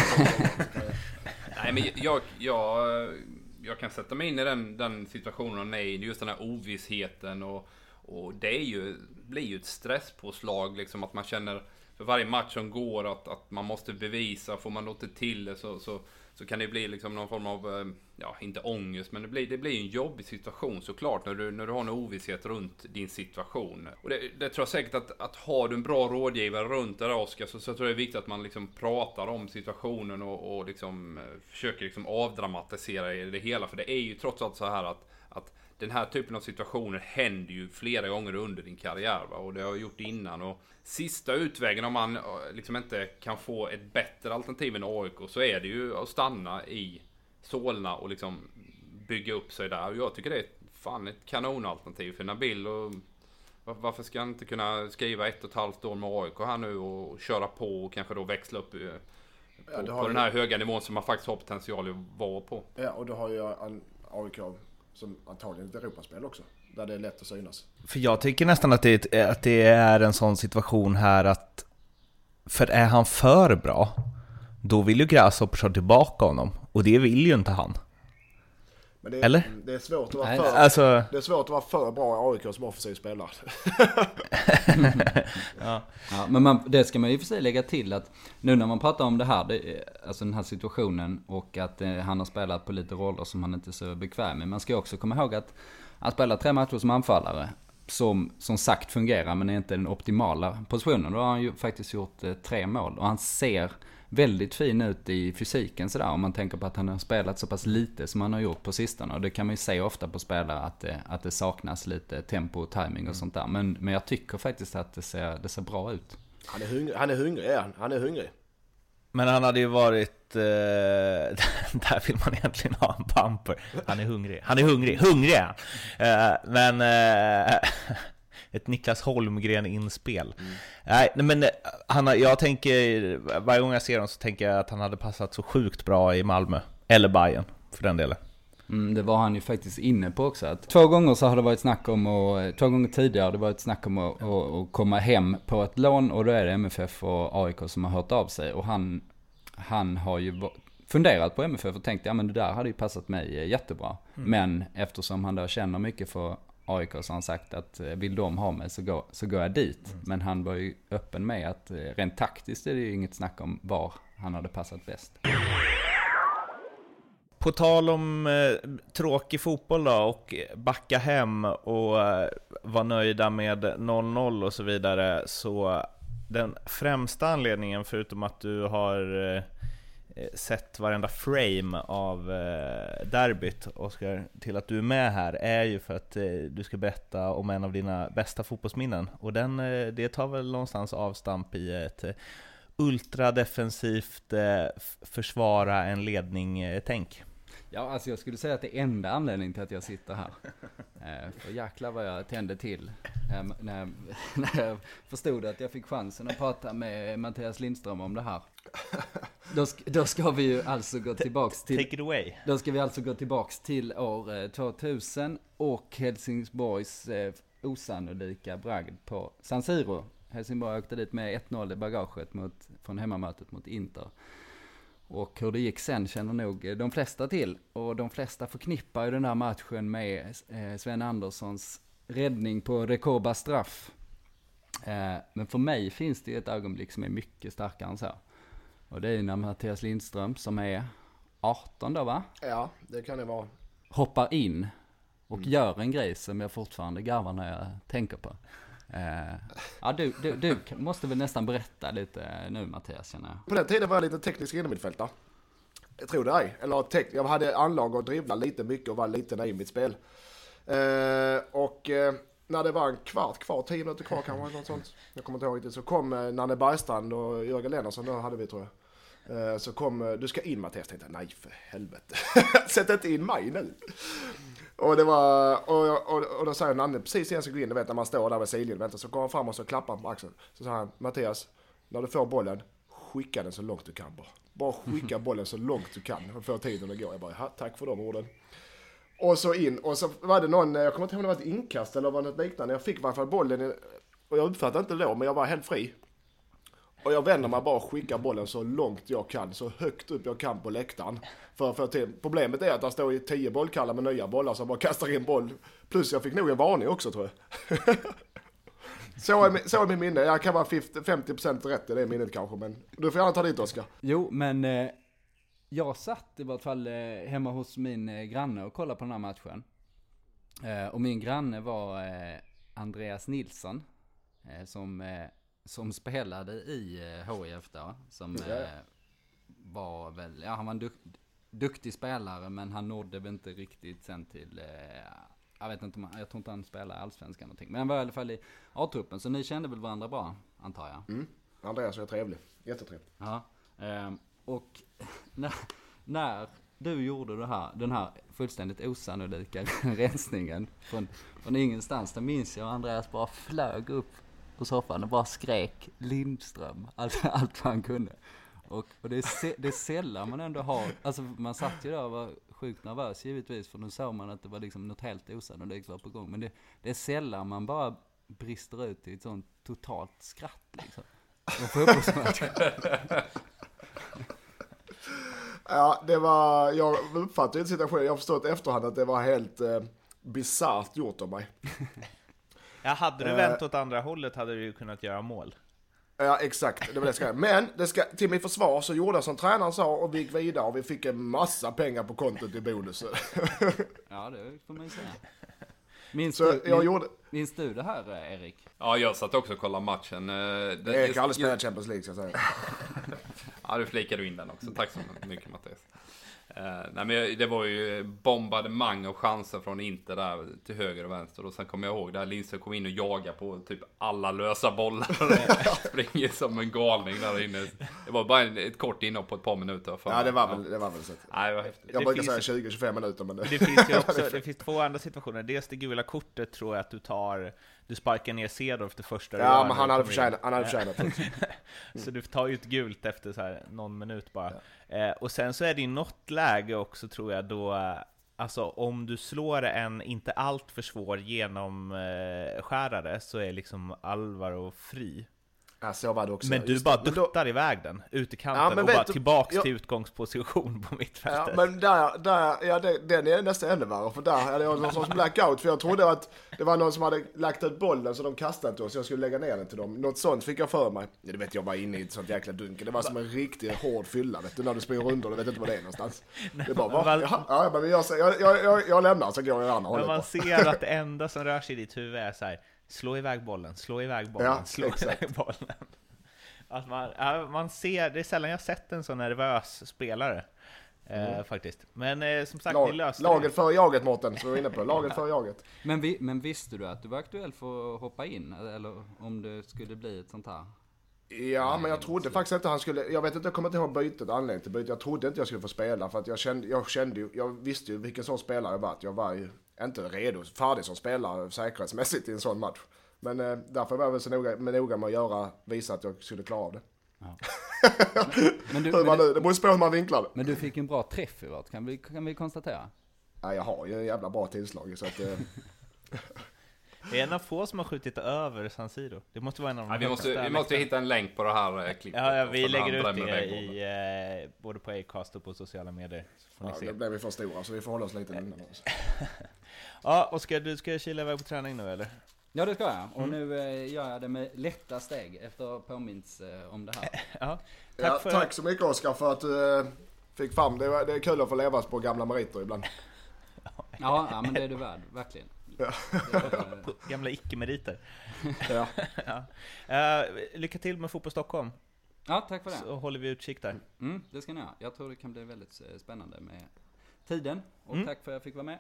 Nej, men jag, jag, jag kan sätta mig in i den, den situationen, nej, just den här ovissheten, och, och det är ju, blir ju ett stresspåslag liksom, att man känner, för varje match som går att, att man måste bevisa, får man låta till det så, så, så kan det bli liksom någon form av, ja inte ångest, men det blir, det blir en jobbig situation såklart när du, när du har en ovisshet runt din situation. Och det, det tror jag säkert att, att har du en bra rådgivare runt där, Oskar, så, så tror jag det är viktigt att man liksom pratar om situationen och, och liksom försöker liksom avdramatisera det hela, för det är ju trots allt så här att, att den här typen av situationer händer ju flera gånger under din karriär, va? Och det har jag gjort innan. Och sista utvägen om man liksom inte kan få ett bättre alternativ än A I K, så är det ju att stanna i Solna och liksom bygga upp sig där. Och jag tycker det är fan ett kanonalternativ för Nabil. Och varför ska han inte kunna skriva ett och ett halvt år med A I K här nu och köra på och kanske då växla upp på, ja, på den här höga nivån som man faktiskt har potential att vara på. Ja, och då har ju en A I K som antagligen ett Europaspel också, där det är lätt att synas. För jag tycker nästan att det, är, att det är en sån situation här att, för är han för bra, då vill ju Grasshopper ta tillbaka honom, och det vill ju inte han. Men det är, eller? Det är svårt att vara för, alltså... det är svårt att vara för bra i A I K som offensiv spelare. ja. Ja, men man, det ska man ju för sig lägga till att nu när man pratar om det här, det, alltså den här situationen, och att eh, han har spelat på lite roller som han inte är så bekväm med. Man ska också komma ihåg att han spelar tre matcher som anfallare som som sagt fungerar, men är inte den optimala positionen. Då har han ju faktiskt gjort eh, tre mål, och han ser väldigt fin ut i fysiken sådär, om man tänker på att han har spelat så pass lite som han har gjort på sistone. Och det kan man ju se ofta på spelare att det, att det saknas lite tempo och timing och sånt där. Men, men jag tycker faktiskt att det ser, det ser bra ut. Han är hungrig, han är hungrig, ja. Han är hungrig. Men han hade ju varit eh, där vill man egentligen ha en bumper. Han är hungrig. Han är hungrig. Hungrig är han. Eh, men eh, ett Niklas Holmgren inspel. Mm. Nej, men han, jag tänker, varje gång jag ser honom så tänker jag att han hade passat så sjukt bra i Malmö. Eller Bayern, för den delen. Mm, det var han ju faktiskt inne på också. Att två gånger så har det varit snack om, och två gånger tidigare har det varit snack om att, att, att komma hem på ett lån. Och då är det M F F och A I K som har hört av sig. Och han, han har ju funderat på M F F och tänkt, ja men det där hade ju passat mig jättebra. Mm. Men eftersom han då känner mycket för A I K så har han sagt att vill de ha mig så går, så går jag dit. Mm. Men han var ju öppen med att rent taktiskt är det ju inget snack om var han hade passat bäst. På tal om eh, tråkig fotboll då, och backa hem och eh, vara nöjda med noll noll och så vidare, så den främsta anledningen, förutom att du har eh, sett varenda frame av eh, derbyt, Oskar, till att du är med här, är ju för att eh, du ska berätta om en av dina bästa fotbollsminnen. Och den, eh, det tar väl någonstans avstamp i ett eh, ultradefensivt eh, försvara en ledning-tänk. Eh, Ja, alltså jag skulle säga att det är enda anledningen till att jag sitter här. Eh, för jäklar vad jag tände till eh, när, när jag förstod att jag fick chansen att prata med Mattias Lindström om det här. Då ska, då ska vi ju alltså gå tillbaks till... Take it away. Då ska vi alltså gå tillbaks till år eh, tvåtusen och Helsingborgs eh, osannolika bragd på San Siro. Helsingborg åkte dit med ett noll i bagaget mot, från hemmamötet mot Inter. Och hur det gick sen känner nog de flesta till. Och de flesta förknippar ju den här matchen med eh, Sven Anderssons räddning på Recoba straff. Eh, men för mig finns det ett ögonblick som är mycket starkare än så. Och det är när Mattias Lindström, som är arton då, va? Ja, det kan det vara. Hoppar in och mm. gör en grej som jag fortfarande garvar när jag tänker på. Uh, ja, du, du, du måste väl nästan berätta lite nu, Mattias, känner jag. På den tiden var jag lite teknisk innermittfältare. Jag tror det är. Eller tek- jag hade anlag att dribbla lite mycket och var lite naiv i mitt spel. Uh, och uh, när det var en kvart kvar, tio minuter kvar kanske, något sånt. Jag kommer inte ihåg riktigt. Så kom uh, Nanne Bergstrand och Jörgen Lennartsson, då hade vi, tror jag. Uh, så kom, uh, du ska in, Mattias. Jag tänkte, nej för helvete. Sätt inte in mig nu. Och det var, och, och, och då säger Nanne precis innan jag ska gå in, du vet när man står där med sidlinjen och väntar, så går han fram och så klappar han på axeln. Så sa han, Mattias, när du får bollen, skicka den så långt du kan bara. Bara skicka bollen så långt du kan och få tiden att gå. Jag bara, tack för de orden. Och så in, och så var det någon, jag kommer inte ihåg om det var ett inkast eller var något liknande. Jag fick i alla fall bollen, och jag uppfattade inte det då, men jag var helt fri. Och jag vänder mig bara och skickar bollen så långt jag kan, så högt upp jag kan på läktaren. För, för till, problemet är att det står i tio bollkallar med nya bollar som bara kastar in boll. Plus jag fick nog en varning också, tror jag. Så är, så är min minne. Jag kan vara femtio procent rätt i det minnet kanske, men du får gärna ta dit, Oskar. Jo, men eh, jag satt i vart fall eh, hemma hos min eh, granne och kollade på den här matchen. Eh, och min granne var eh, Andreas Nilsson, eh, som, eh, som spelade i eh, H I F då, som eh, var väl, ja han var en duk, duktig spelare, men han nådde väl inte riktigt sen till, eh, jag vet inte om han, jag tror inte han spelade i Allsvenskan någonting, men han var i alla fall i A-truppen, så ni kände väl varandra bra, antar jag? Mm. Andreas är trevlig, jättetrevlig. Ja, eh, och när, när du gjorde det här, den här fullständigt osannolika rensningen från, från ingenstans, då minns jag Andreas bara flög upp på soffan och bara skrek Lindström, allt, allt vad han kunde. Och, och det, är, det är sällan man ändå har, alltså man satt ju där och var sjukt nervös givetvis, för nu såg man att det var liksom något helt osannolikt var på gång. Men det, det är sällan man bara brister ut i ett sånt totalt skratt liksom. Ja, det var, jag uppfattade inte situationen, jag har förstått efterhand att det var helt eh, bizarrt gjort av mig. Ja, hade du vänt åt andra hållet hade du ju kunnat göra mål. Ja, exakt. Det var det ska. Men det ska, till mitt försvar så gjorde jag som tränaren sa och vi gick vidare och vi fick en massa pengar på kontot i bonus. Ja, det får man ju säga. Minns, så du, jag min, gjorde... minns du det här, Erik? Ja, jag satt också och kollade matchen. Det, Erik har aldrig spelat Champions League, så jag säger. Ja, du flikade in den också. Tack så mycket, Mattias. Uh, nej, men det var ju bombardemang av chanser från Inter där till höger och vänster. Och sen kommer jag ihåg där Lindström kom in och jagade på typ alla lösa bollar. Springer som en galning där inne. Det var bara ett kort inhopp på ett par minuter. För ja, det var väl, det var väl så. Nej, det var häftigt. Jag det brukar finns... säga tjugo till tjugofem minuter. Men det... det finns ju också, det finns två andra situationer. Dels det gula kortet tror jag att du tar, du sparkar ner Cedorf det första. Ja, men han hade förtjänat, han hade förtjänat mm. Så du tar ju ett gult efter så här någon minut bara. Ja. Eh, och sen så är det ju något läge också tror jag då, alltså om du slår en inte allt för svår genomskärare så är liksom Alvaro fri. Ja, så var det också. Men du Just bara det. duttar då... iväg den ut i kanten ja, och bara du, tillbaks jag... till utgångsposition på mittfältet. Ja, men där, där, ja, det, den är nästan ännu värre, för där hade jag någon sorts blackout, för jag trodde att det var någon som hade lagt ut bollen så de kastade till oss, så jag skulle lägga ner den till dem. Något sånt fick jag för mig. Ja, det vet jag var inne i ett sånt jäkla dunkel. Det var som en riktigt hård fylla, vet du, när du springer runt och du vet inte vad det är någonstans. Det bara, va? Ja, ja, men jag, jag, jag, jag, jag lämnar så går jag gärna. Men man på. Ser att det enda som rör sig i ditt huvud är så här: slå iväg bollen, slå iväg bollen, ja, slå exakt. iväg bollen. Att man, ja, man ser, det är sällan jag sett en så nervös spelare mm. eh, faktiskt. Men eh, som sagt, Lag, ni löste Laget det. för jaget, Mårten, så vi är inne på. Laget för jaget. Men, vi, men visste du att du var aktuell för att hoppa in? Eller om det skulle bli ett sånt här? Ja, men jag trodde faktiskt inte han skulle, jag vet inte, jag kommer inte ihåg bytet, anledning till bytet. Jag trodde inte jag skulle få spela, för att jag kände, jag kände ju, jag visste ju vilken sån spelare jag var. Jag var ju inte redo, färdig som spelare säkerhetsmässigt i en sån match. Men eh, därför var jag väl så noga med, noga med att göra, visa att jag skulle klara av det. Ja. men du, hur man, du, det måste på hur man vinklar det. Men du fick en bra träff i vart, kan vi, kan vi konstatera? Ja, jag har ju en jävla bra tillslag, så att... Eh... Det är en av få som har skjutit över San Siro. Det måste vara en av de ja, vi måste, vi måste hitta en länk på det här eh, klippet. Ja, ja vi lägger ut det i, eh, både på Acast och på sociala medier. Så ja, det blir vi för stora, så vi får hålla oss lite innan oss. Ja, Oskar, du ska kila iväg på träning nu, eller? Ja, det ska jag. Och mm. nu eh, gör jag det med lätta steg efter att påminns eh, om det här. Ja, tack, ja, för... tack så mycket, Oskar, för att du eh, fick fram. Det, var, det är kul att få leva på gamla meriter ibland. ja, ja, men det är du värd, verkligen. Ja. Var... Gamla icke-meriter. ja. ja. Uh, lycka till med Fotboll Stockholm. Ja, tack för det. Så håller vi utkik där. Mm, det ska ni göra. Jag tror det kan bli väldigt spännande med tiden. Och mm. tack för att jag fick vara med.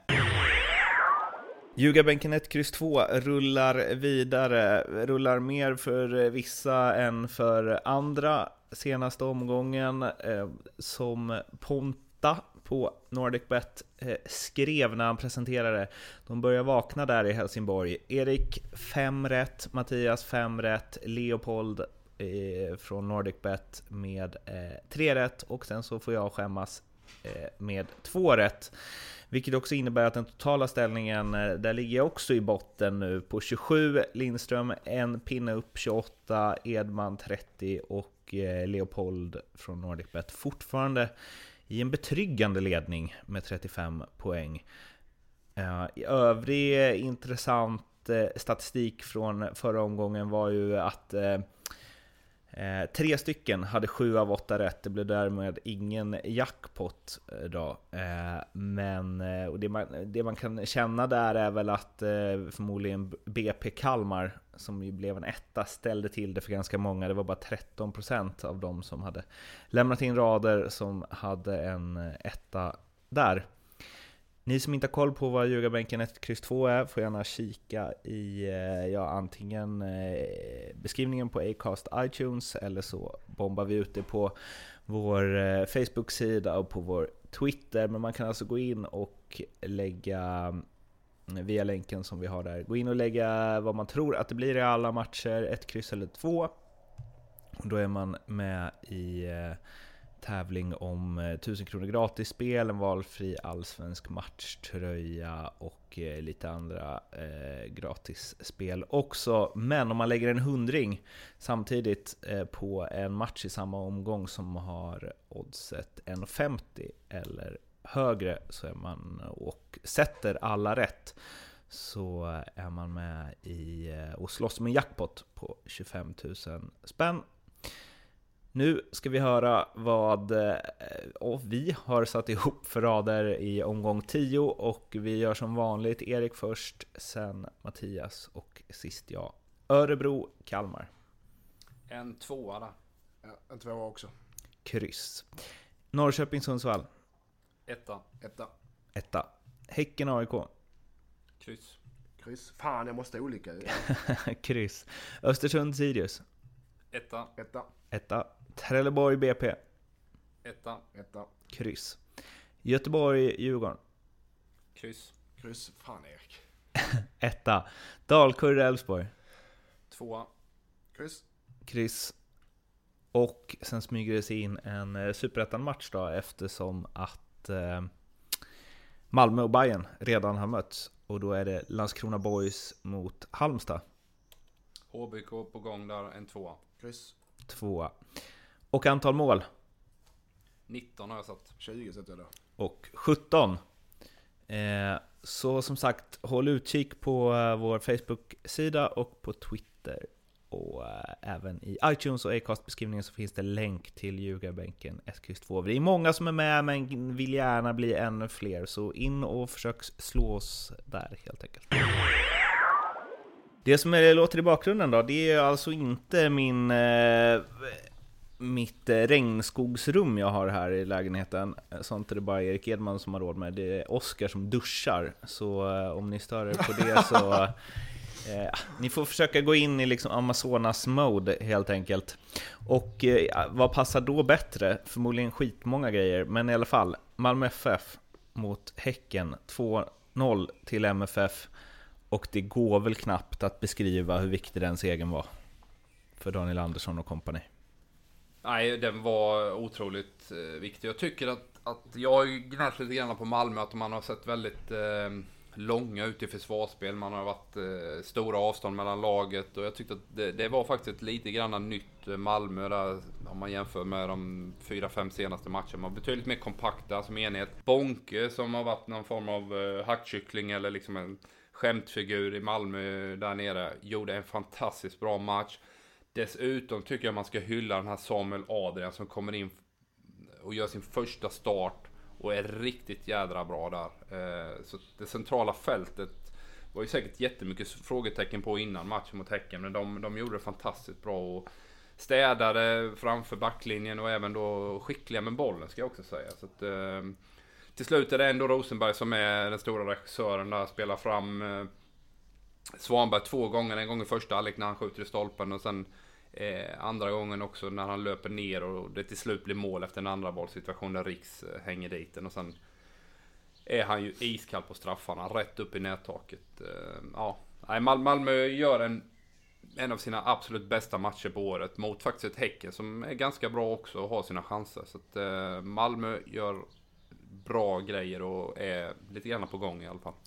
Ljugarbänken ett kryss två rullar vidare, rullar mer för vissa än för andra senaste omgången, eh, som Ponta på NordicBet eh, skrev när han presenterade. De börjar vakna där i Helsingborg. Erik fem rätt, Mattias fem rätt, Leopold eh, från NordicBet med eh, tre rätt, och sen så får jag skämmas eh, med två rätt. Vilket också innebär att den totala ställningen, där ligger jag också i botten nu på tjugosju, Lindström en pinne upp, tjugoåtta, Edman trettio och Leopold från NordicBet fortfarande i en betryggande ledning med trettiofem poäng. I övrig intressant snabbast eh, statistik från förra omgången var ju att eh, Eh, tre stycken hade sju av åtta rätt. Det blev därmed ingen jackpot idag. Eh, men eh, och det, man, det man kan känna där är väl att eh, förmodligen B P Kalmar, som ju blev en etta, ställde till det för ganska många. Det var bara tretton procent av dem som hade lämnat in rader som hade en etta där. Ni som inte har koll på vad Ljugarbänken ett kryss två är får gärna kika i ja, antingen eh, beskrivningen på Acast iTunes, eller så bombar vi ut det på vår eh, Facebook-sida och på vår Twitter. Men man kan alltså gå in och lägga via länken som vi har där. Gå in och lägga vad man tror att det blir i alla matcher, ett kryss eller två. Och då är man med i eh, tävling om tusen kronor gratis spel, en valfri allsvensk matchtröja och eh, lite andra eh, gratis spel också. Men om man lägger en hundring samtidigt eh, på en match i samma omgång som har oddset en femtio eller högre, så är man och sätter alla rätt, så är man med i eh, och slåss med en jackpot på tjugofem tusen spänn. Nu ska vi höra vad och vi har satt ihop för rader i omgång tio, och vi gör som vanligt Erik först, sen Mattias och sist jag. Örebro, Kalmar. En tvåa där. Ja, en tvåa också. Kryss. Norrköping, Sundsvall. Etta. Etta. Etta. Häcken, A I K. Kryss. Kryss. Fan, jag måste olika. Kryss. Östersund, Sirius. Etta. Etta. Etta. Trelleborg, B P. Etta. Etta. Kryss. Göteborg, Djurgården. Kryss. Kryss. Fan, Erik. Etta. Dalkurd, Elfsborg. Tvåa. Kryss. Kryss. Och sen smyger det sig in en eh, superettan-match då, eftersom att eh, Malmö och Bayern redan har mötts. Och då är det Landskrona Boys mot Halmstad. H B K på gång där, en tvåa. Kryss. Tvåa. Och antal mål? nitton har jag satt. tjugo sätter jag då. Och sjutton. Eh, så som sagt, håll utkik på eh, vår Facebook-sida och på Twitter. Och äh, även i iTunes och Acast-beskrivningen så finns det länk till Ljugarbänken ett kryss två. Det är många som är med, men vill gärna bli ännu fler. Så in och försök slå oss där helt enkelt. Det som är, låter i bakgrunden då, det är alltså inte min eh, mitt eh, regnskogsrum jag har här i lägenheten. Sånt är det bara Erik Edman som har råd med. Det är Oskar som duschar. Så eh, om ni stör er på det så... Eh, ni får försöka gå in i liksom Amazonas-mode helt enkelt. Och eh, vad passar då bättre? Förmodligen skitmånga grejer, men i alla fall Malmö F F mot Häcken, två noll till M F F. Och det går väl knappt att beskriva hur viktig den segern var för Daniel Andersson och kompani. Nej, den var otroligt eh, viktig. Jag tycker att, att jag har gnällt lite grann på Malmö, att man har sett väldigt eh, långa ut i försvarsspel. Man har varit eh, stora avstånd mellan laget, och jag tyckte att det, det var faktiskt ett lite grann nytt Malmö där, om man jämför med de fyra, fem senaste matcherna. Man var betydligt mer kompakta som enhet. Bonke, som har varit någon form av eh, hackkyckling eller liksom en skämtfigur i Malmö där nere, gjorde en fantastiskt bra match. Dessutom tycker jag man ska hylla den här Samuel Adrian som kommer in och gör sin första start och är riktigt jädra bra där. Så det centrala fältet var ju säkert jättemycket frågetecken på innan matchen mot Häcken, men de, de gjorde det fantastiskt bra och städade framför backlinjen och även då skickliga med bollen, ska jag också säga. Så att, till slut är det ändå Rosenberg som är den stora regissören där, spelar fram Svanberg två gånger, en gång i första halvlek när han skjuter i stolpen och sen eh, andra gången också när han löper ner och det till slut blir mål efter en andra bollsituation där Riks eh, hänger dit den, och sen är han ju iskall på straffarna rätt upp i nättaket. Eh, ja, Nej, Mal- Malmö gör en, en av sina absolut bästa matcher på året mot faktiskt ett Häcken som är ganska bra också och har sina chanser, så att eh, Malmö gör bra grejer och är lite grann på gång i alla fall.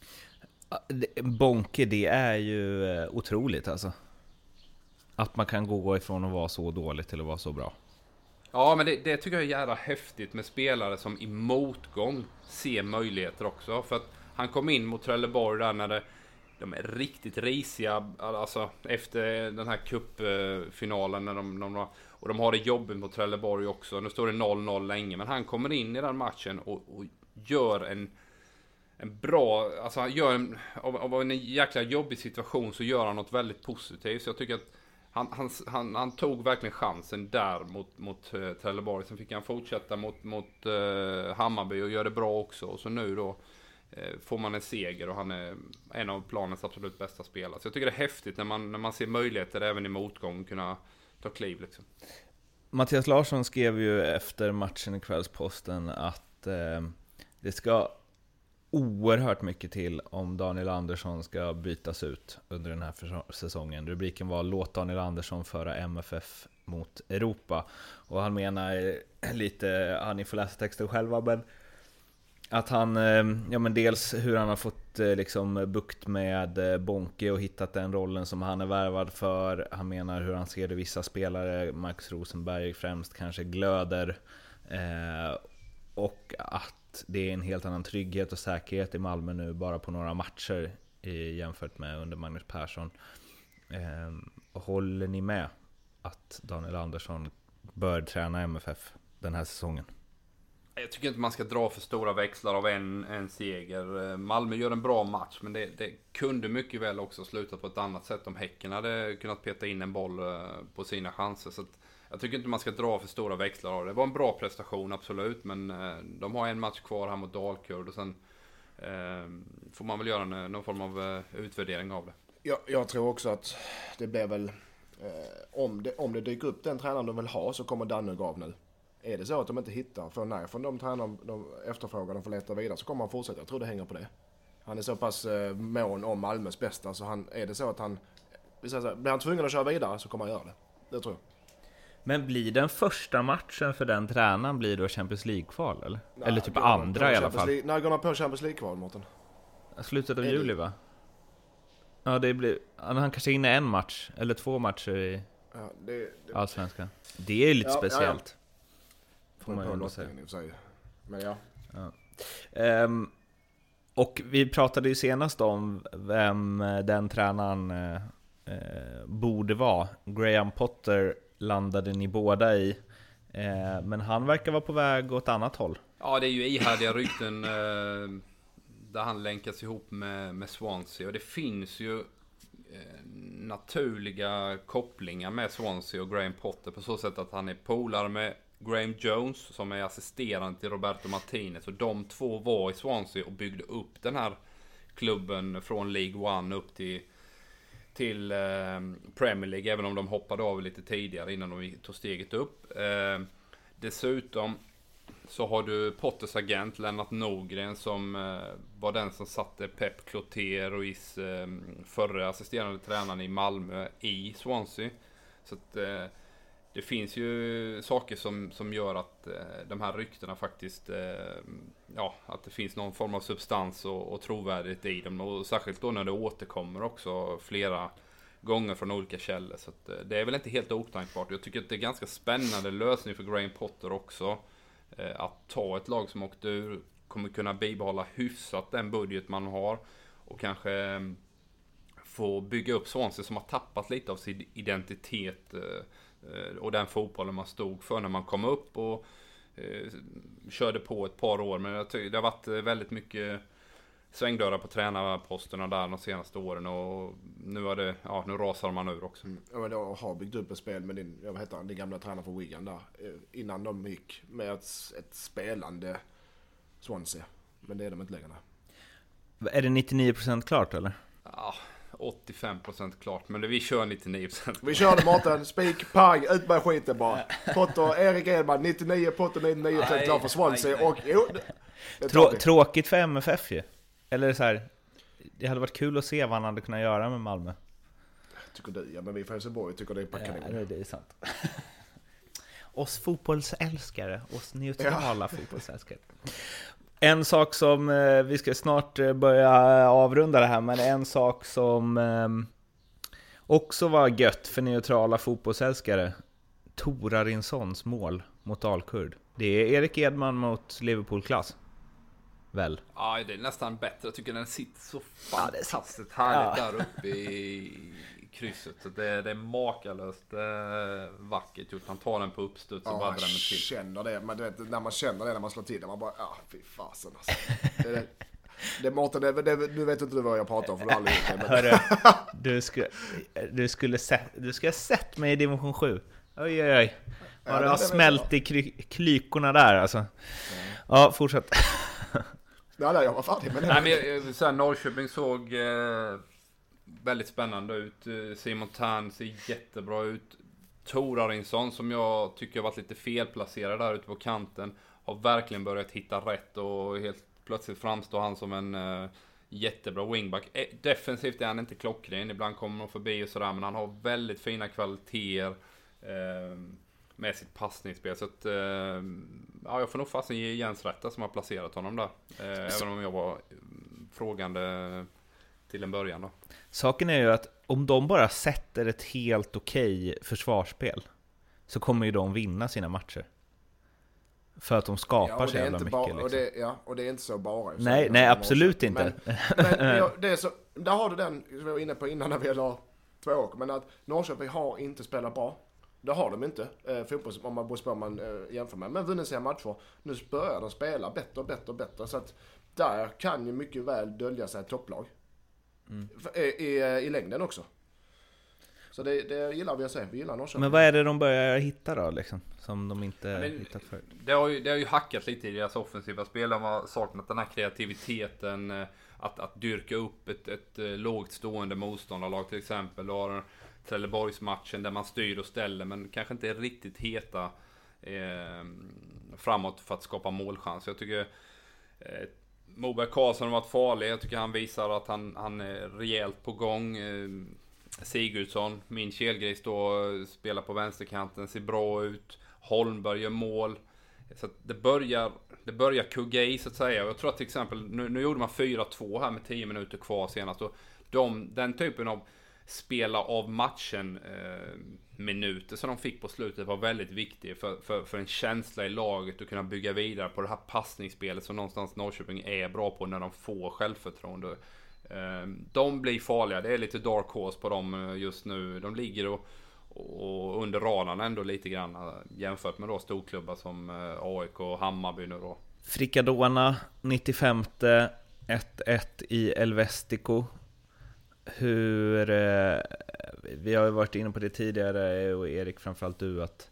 Bonke, det är ju otroligt alltså. Att man kan gå ifrån att vara så dåligt till att vara så bra. Ja, men det, det tycker jag är jävla häftigt med spelare som i motgång ser möjligheter också. För att han kom in mot Trelleborg där när det de är riktigt risiga, alltså efter den här cupfinalen när de, de, och de har det jobbigt mot Trelleborg också. Nu står det noll noll länge, men han kommer in i den matchen och, och gör en en bra, alltså han gör en, av, av en jäkla jobbig situation så gör han något väldigt positivt. Så jag tycker att han, han, han, han tog verkligen chansen där mot, mot uh, Trelleborg. Sen fick han fortsätta mot, mot uh, Hammarby och göra det bra också. Och så nu då uh, får man en seger och han är en av planens absolut bästa spelare. Så jag tycker det är häftigt när man, när man ser möjligheter även i motgång kunna ta kliv liksom. Mattias Larsson skrev ju efter matchen i Kvällsposten att uh, det ska oerhört mycket till om Daniel Andersson ska bytas ut under den här säsongen. Rubriken var "Låt Daniel Andersson föra M F F mot Europa", och han menar lite, han ni får läsa texten själva, men att han, ja men dels hur han har fått liksom bukt med Bonke och hittat den rollen som han är värvad för. Han menar hur han ser det, vissa spelare, Max Rosenberg främst, kanske glöder eh, och att det är en helt annan trygghet och säkerhet i Malmö nu bara på några matcher i, jämfört med under Magnus Persson. Eh, håller ni med att Daniel Andersson bör träna M F F den här säsongen? Jag tycker inte man ska dra för stora växlar av en, en seger. Malmö gör en bra match, men det, det kunde mycket väl också sluta på ett annat sätt om Häcken hade kunnat peta in en boll på sina chanser. Så att jag tycker inte man ska dra för stora växlar av det. Det var en bra prestation, absolut, men de har en match kvar här mot Dalkurd och sen eh, får man väl göra en, någon form av utvärdering av det. Jag, jag tror också att det blir väl, eh, om, det, om det dyker upp den tränaren de vill ha så kommer Danne av nu. Är det så att de inte hittar för nej, från de tränare de efterfrågar, de får leta vidare, så kommer han fortsätta. Jag tror det hänger på det. Han är så pass eh, mån om Malmös bästa, så han, är det så att han, blir han tvungen att köra vidare så kommer han göra det. Det tror jag. Men blir den första matchen för den tränaren blir då Champions League-kval eller? Nej, eller typ andra i alla fall. League, när går man på Champions League-kval, Mårten? Slutet av juli, va? Ja, det blir, han kanske är inne en match eller två matcher i ja, det, det, Allsvenskan. Det är lite ja, speciellt. Ja, ja. Får man ju säga. Men ja. ja. Um, och vi pratade ju senast om vem den tränaren uh, uh, borde vara. Graham Potter landade ni båda i. Uh, men han verkar vara på väg åt annat håll. Ja, det är ju ihärdiga rykten uh, där han länkas ihop med, med Swansea. Och det finns ju uh, naturliga kopplingar med Swansea och Graham Potter på så sätt att han är polare med Graham Jones som är assisterande till Roberto Martinez, och de två var i Swansea och byggde upp den här klubben från League One upp till, till eh, Premier League, även om de hoppade av lite tidigare innan de tog steget upp. Eh, dessutom så har du Potters agent Lennart Norgren som eh, var den som satte Pep Cloterois eh, förre assisterande tränaren i Malmö i Swansea. Så att eh, det finns ju saker som, som gör att eh, de här ryktena faktiskt, eh, ja, att det finns någon form av substans och, och trovärdighet i dem. Och särskilt då när det återkommer också flera gånger från olika källor. Så att, eh, det är väl inte helt otänkbart. Jag tycker att det är ganska spännande lösning för Graham Potter också. Eh, att ta ett lag som åkte ur, kommer kunna bibehålla hyfsat den budget man har. Och kanske eh, få bygga upp Swansea som har tappat lite av sin identitet eh, och den fotbollen man stod för när man kom upp och eh, körde på ett par år. Men jag tycker det har varit väldigt mycket svängdörrar på tränarposterna där de senaste åren, och nu är det, ja, nu rasar man ur också. Mm. Ja, men jag har byggt upp ett spel med din, jag vet inte, din gamla tränare för Wigan där innan de gick med ett, ett spelande Swansea, men det är de inte längre. Är det nittionio procent klart eller? Ja, åttiofem procent klart, men det, vi kör nittionio procent. Vi kör det, Mårten. Spik, pang, ut med skiten bara. Potter, Erik Edman, nittionio, Potter nittionio procent klar för Swansea. Och jo, det, det Trå, tråkigt för M F F ju. Eller så här, det hade varit kul att se vad han hade kunnat göra med Malmö. Tycker du, ja, men vi från Helsingborg tycker det är packat. Ja, det, det är sant. Oss fotbollsälskare, oss neutrala ja. fotbollsälskare. En sak som, eh, vi ska snart eh, börja avrunda det här, men en sak som eh, också var gött för neutrala fotbollsälskare, Torarissons mål mot Dalkurd. Det är Erik Edman mot Liverpool-klass. väl? Ja, det är nästan bättre. Jag tycker den sitter så fantastiskt ja, härligt ja. där uppe i krysset. Det, det är makalöst eh, vackert gjort. Han tar den på uppstuds och ja, bara drämmer till. Känner det. Man, du vet, när man känner det när man slår till det, man bara, ja, fy fasen alltså. Det, det, det, Mårten, det, det, du vet inte vad jag pratar om för du har aldrig gjort det. Men... Hörru, du, skulle, du, skulle se, du skulle ha sett mig i division sju. Oj, oj, oj. Har ja, du smält i kry, klykorna där alltså. Mm. Ja, fortsätt. Ja, nej, jag var färdig med det. Nej, men så här, Norrköping såg eh, väldigt spännande ut. Simon Tern ser jättebra ut. Tor Arinsson, som jag tycker har varit lite felplacerad där ute på kanten, har verkligen börjat hitta rätt och helt plötsligt framstår han som en eh, jättebra wingback. Eh, defensivt är han inte klockren, ibland kommer han förbi och sådär, men han har väldigt fina kvaliteter eh, med sitt passningsspel. Så att, eh, ja, jag får nog fast ge Jens rätta som har placerat honom där. Eh, även om jag var frågande till en början då. Saken är ju att om de bara sätter ett helt okej försvarsspel så kommer ju de vinna sina matcher. För att de skapar ja, så jävla mycket. Bara, liksom. och det, ja, och det är inte så bara. Så nej, nej absolut inte. Men, men ja, det är så, där har du den som jag var inne på innan när vi hade två år. Men att Norrköping har inte spelat bra. Det har de inte. Eh, fotbolls, om man borde man eh, jämför med. Men vunnit sina matcher. Nu börjar de spela bättre och bättre och bättre. Så att där kan ju mycket väl dölja sig ett topplag. Mm. I, i, I längden också. Så det, det gillar vi att se. Vi gillar Norrköping. Men vad är det de börjar hitta då liksom? Som de inte men, hittat förut? Det har, ju, det har ju hackat lite i deras offensiva spel. De har saknat den här kreativiteten. Att, att dyrka upp ett, ett, ett lågt stående motståndarlag till exempel. Och har Trelleborgsmatchen där man styr och ställer, men kanske inte är riktigt heta eh, framåt för att skapa målchans. Jag tycker eh, Moberg Karlsson har varit farlig. Jag tycker han visar att han, han är rejält på gång. Eh, Sigurdsson, min kelgris då, spelar på vänsterkanten, ser bra ut. Holmberg gör mål. Så att det börjar det börjar kugga i så att säga. Och jag tror att till exempel, nu, nu gjorde man fyra två här med tio minuter kvar senast. Och de, den typen av spela av matchen eh, minuter som de fick på slutet var väldigt viktig för, för, för en känsla i laget att kunna bygga vidare på det här passningsspelet som någonstans Norrköping är bra på när de får självförtroende. Eh, de blir farliga, det är lite dark horse på dem just nu. De ligger och, och under radarna ändå lite grann jämfört med då storklubbar som eh, A I K och Hammarby nu då. Frikadona nittiofem ett ett i Elvestico. Hur, eh, vi har ju varit inne på det tidigare och Erik framförallt du att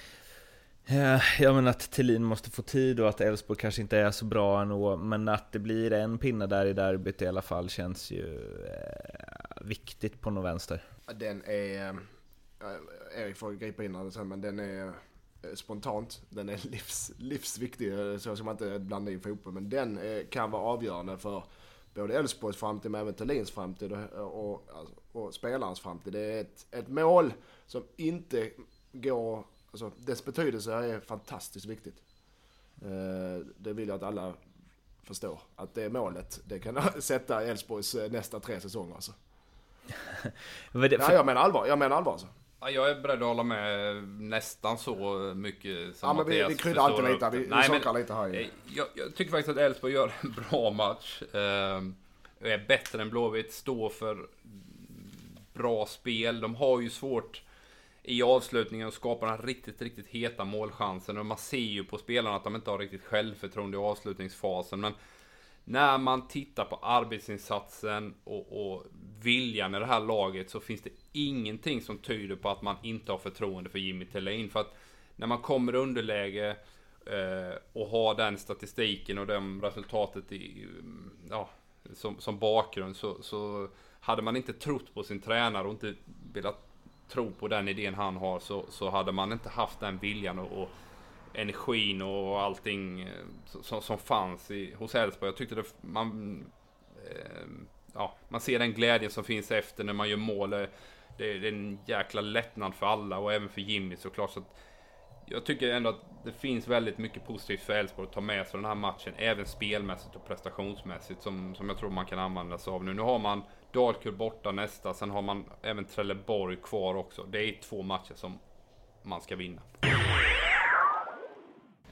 eh, jag menar att Thelin måste få tid och att Elfsborg kanske inte är så bra ändå, men att det blir en pinne där i derbyt i alla fall känns ju eh, viktigt på något vänster. Den är eh, Erik får gripa in här men den är eh, spontant, den är livs, livsviktig, så som man inte blandar in fotboll, men den eh, kan vara avgörande för både Elfsborgs framtid men även Thelins framtid och, och, och spelarens framtid. Det är ett, ett mål som inte går, alltså dess betydelse är fantastiskt viktigt. Eh, det vill jag att alla förstår. Att det målet, det kan sätta Elfsborgs nästa tre säsonger alltså. det, för... Nej, jag menar allvar, jag menar allvar alltså. Ja, jag är beredd att hålla med nästan så mycket som ja, men vi, vi kryddar alltid lite, vi, vi sakar lite här. Jag, jag tycker faktiskt att Elfsborg gör en bra match. Eh, är bättre än Blåvitt, står för bra spel. De har ju svårt i avslutningen att skapa den riktigt, riktigt heta målchansen. Och man ser ju på spelarna att de inte har riktigt självförtroende i avslutningsfasen. Men när man tittar på arbetsinsatsen och, och viljan i det här laget så finns det ingenting som tyder på att man inte har förtroende för Jimmy Thelin. För att när man kommer underläge eh, och har den statistiken och det resultatet i, ja, som, som bakgrund så, så hade man inte trott på sin tränare och inte velat tro på den idén han har så, så hade man inte haft den viljan och, och energin och allting som, som fanns i, hos Elfsborg. Jag tyckte det, man, eh, ja, man ser den glädjen som finns efter när man gör mål. Det, det är en jäkla lättnad för alla och även för Jimmy såklart. Så att jag tycker ändå att det finns väldigt mycket positivt för Elfsborg att ta med sig den här matchen, även spelmässigt och prestationsmässigt som, som jag tror man kan använda sig av nu. Nu har man Dalkurd borta nästa, sen har man även Trelleborg kvar också. Det är två matcher som man ska vinna.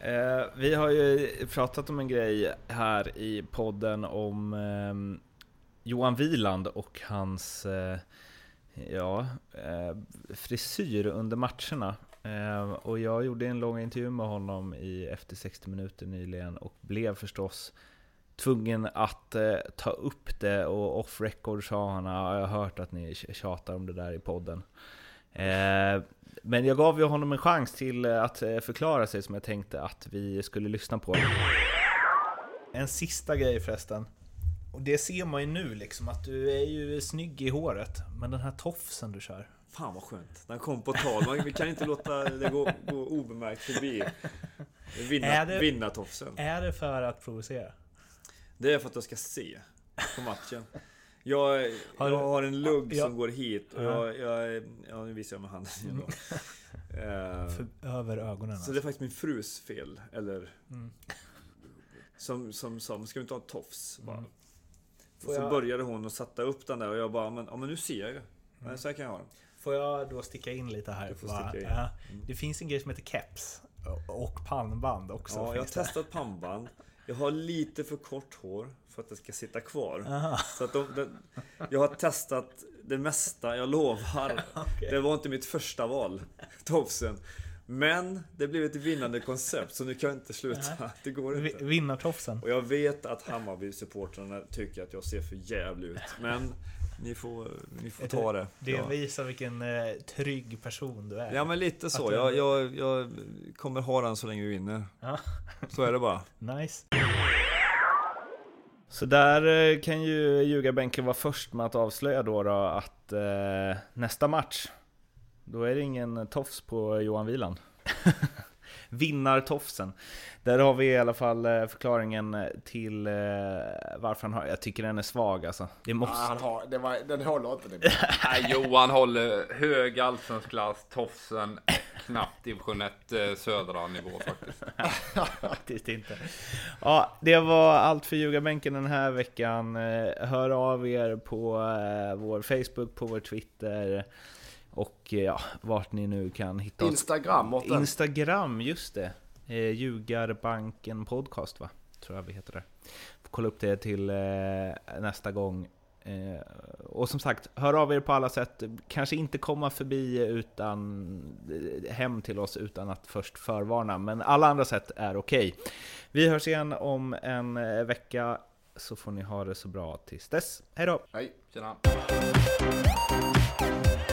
Eh, vi har ju pratat om en grej här i podden om eh, Johan Wieland och hans eh, ja, eh, frisyr under matcherna. Eh, och jag gjorde en lång intervju med honom i efter sextio minuter nyligen och blev förstås tvungen att eh, ta upp det, och off record sa han, jag har hört att ni tjatar om det där i podden. Eh, men jag gav ju honom en chans till att förklara sig, som jag tänkte att vi skulle lyssna på. En sista grej förresten. Och det ser man ju nu liksom, att du är ju snygg i håret. Men den här tofsen du kör. Fan vad skönt. Den kom på tal. Man, vi kan inte låta det gå, gå obemärkt förbi. Vinna, är det, vinna tofsen. Är det för att provocera? Det är för att jag ska se på matchen. Jag, har jag har en lugg ja. som går hit. Och jag, jag, ja, nu visar jag med handen igen då. uh, för, över ögonen. Så alltså. Det är faktiskt min frus fel. Eller mm. Som som sa, ska vi inte ha en tofs? Bara. Mm. Och så jag... började hon och satte upp den där. Och jag bara, men, ja, men nu ser jag ju. Mm. Så här kan jag ha den. Får jag då sticka in lite här? Sticka in. Ja. Mm. Det finns en grej som heter keps. Och pannband också. Ja, jag har testat pannband. Jag har lite för kort hår för att det ska sitta kvar. Aha. Så att de, de, jag har testat det mesta, jag lovar. Okay. Det var inte mitt första val, tofsen. Men det blev ett vinnande koncept, så nu kan jag inte sluta. Uh-huh. Det går inte. Vinnartofsen. Och jag vet att Hammarby-supportrarna tycker att jag ser för jävligt ut. Men ni får, ni får ta det. Det ja. visar vilken eh, trygg person du är. Ja, men lite så. Jag, jag, jag kommer ha den så länge vi vinner. Ja. Så är det bara. Nice. Så där kan ju ljugarbänken vara först med att avslöja då, då att eh, nästa match, då är det ingen tofs på Johan Wieland. Vinnartofsen. Där har vi i alla fall förklaringen till eh, varför han har. Jag tycker den är svag alltså. Det måste. Ja, han har, det var, den håller inte. Det. Nej, Johan håller hög allsvensk klass, tofsen knappt division ett eh, södra nivå faktiskt. Faktiskt inte. Ja, det var allt för ljugarbänken den här veckan. Hör av er på eh, vår Facebook, på vår Twitter. Och ja, vart ni nu kan hitta Instagram oss. Instagram, just det. Eh, Ljugarbanken podcast, va? Tror jag vi heter det. Får kolla upp det till eh, nästa gång. Eh, och som sagt, hör av er på alla sätt. Kanske inte komma förbi utan hem till oss utan att först förvarna. Men alla andra sätt är okej. Vi hörs igen om en vecka. Så får ni ha det så bra tills dess. Hej då! Hej! Tjena!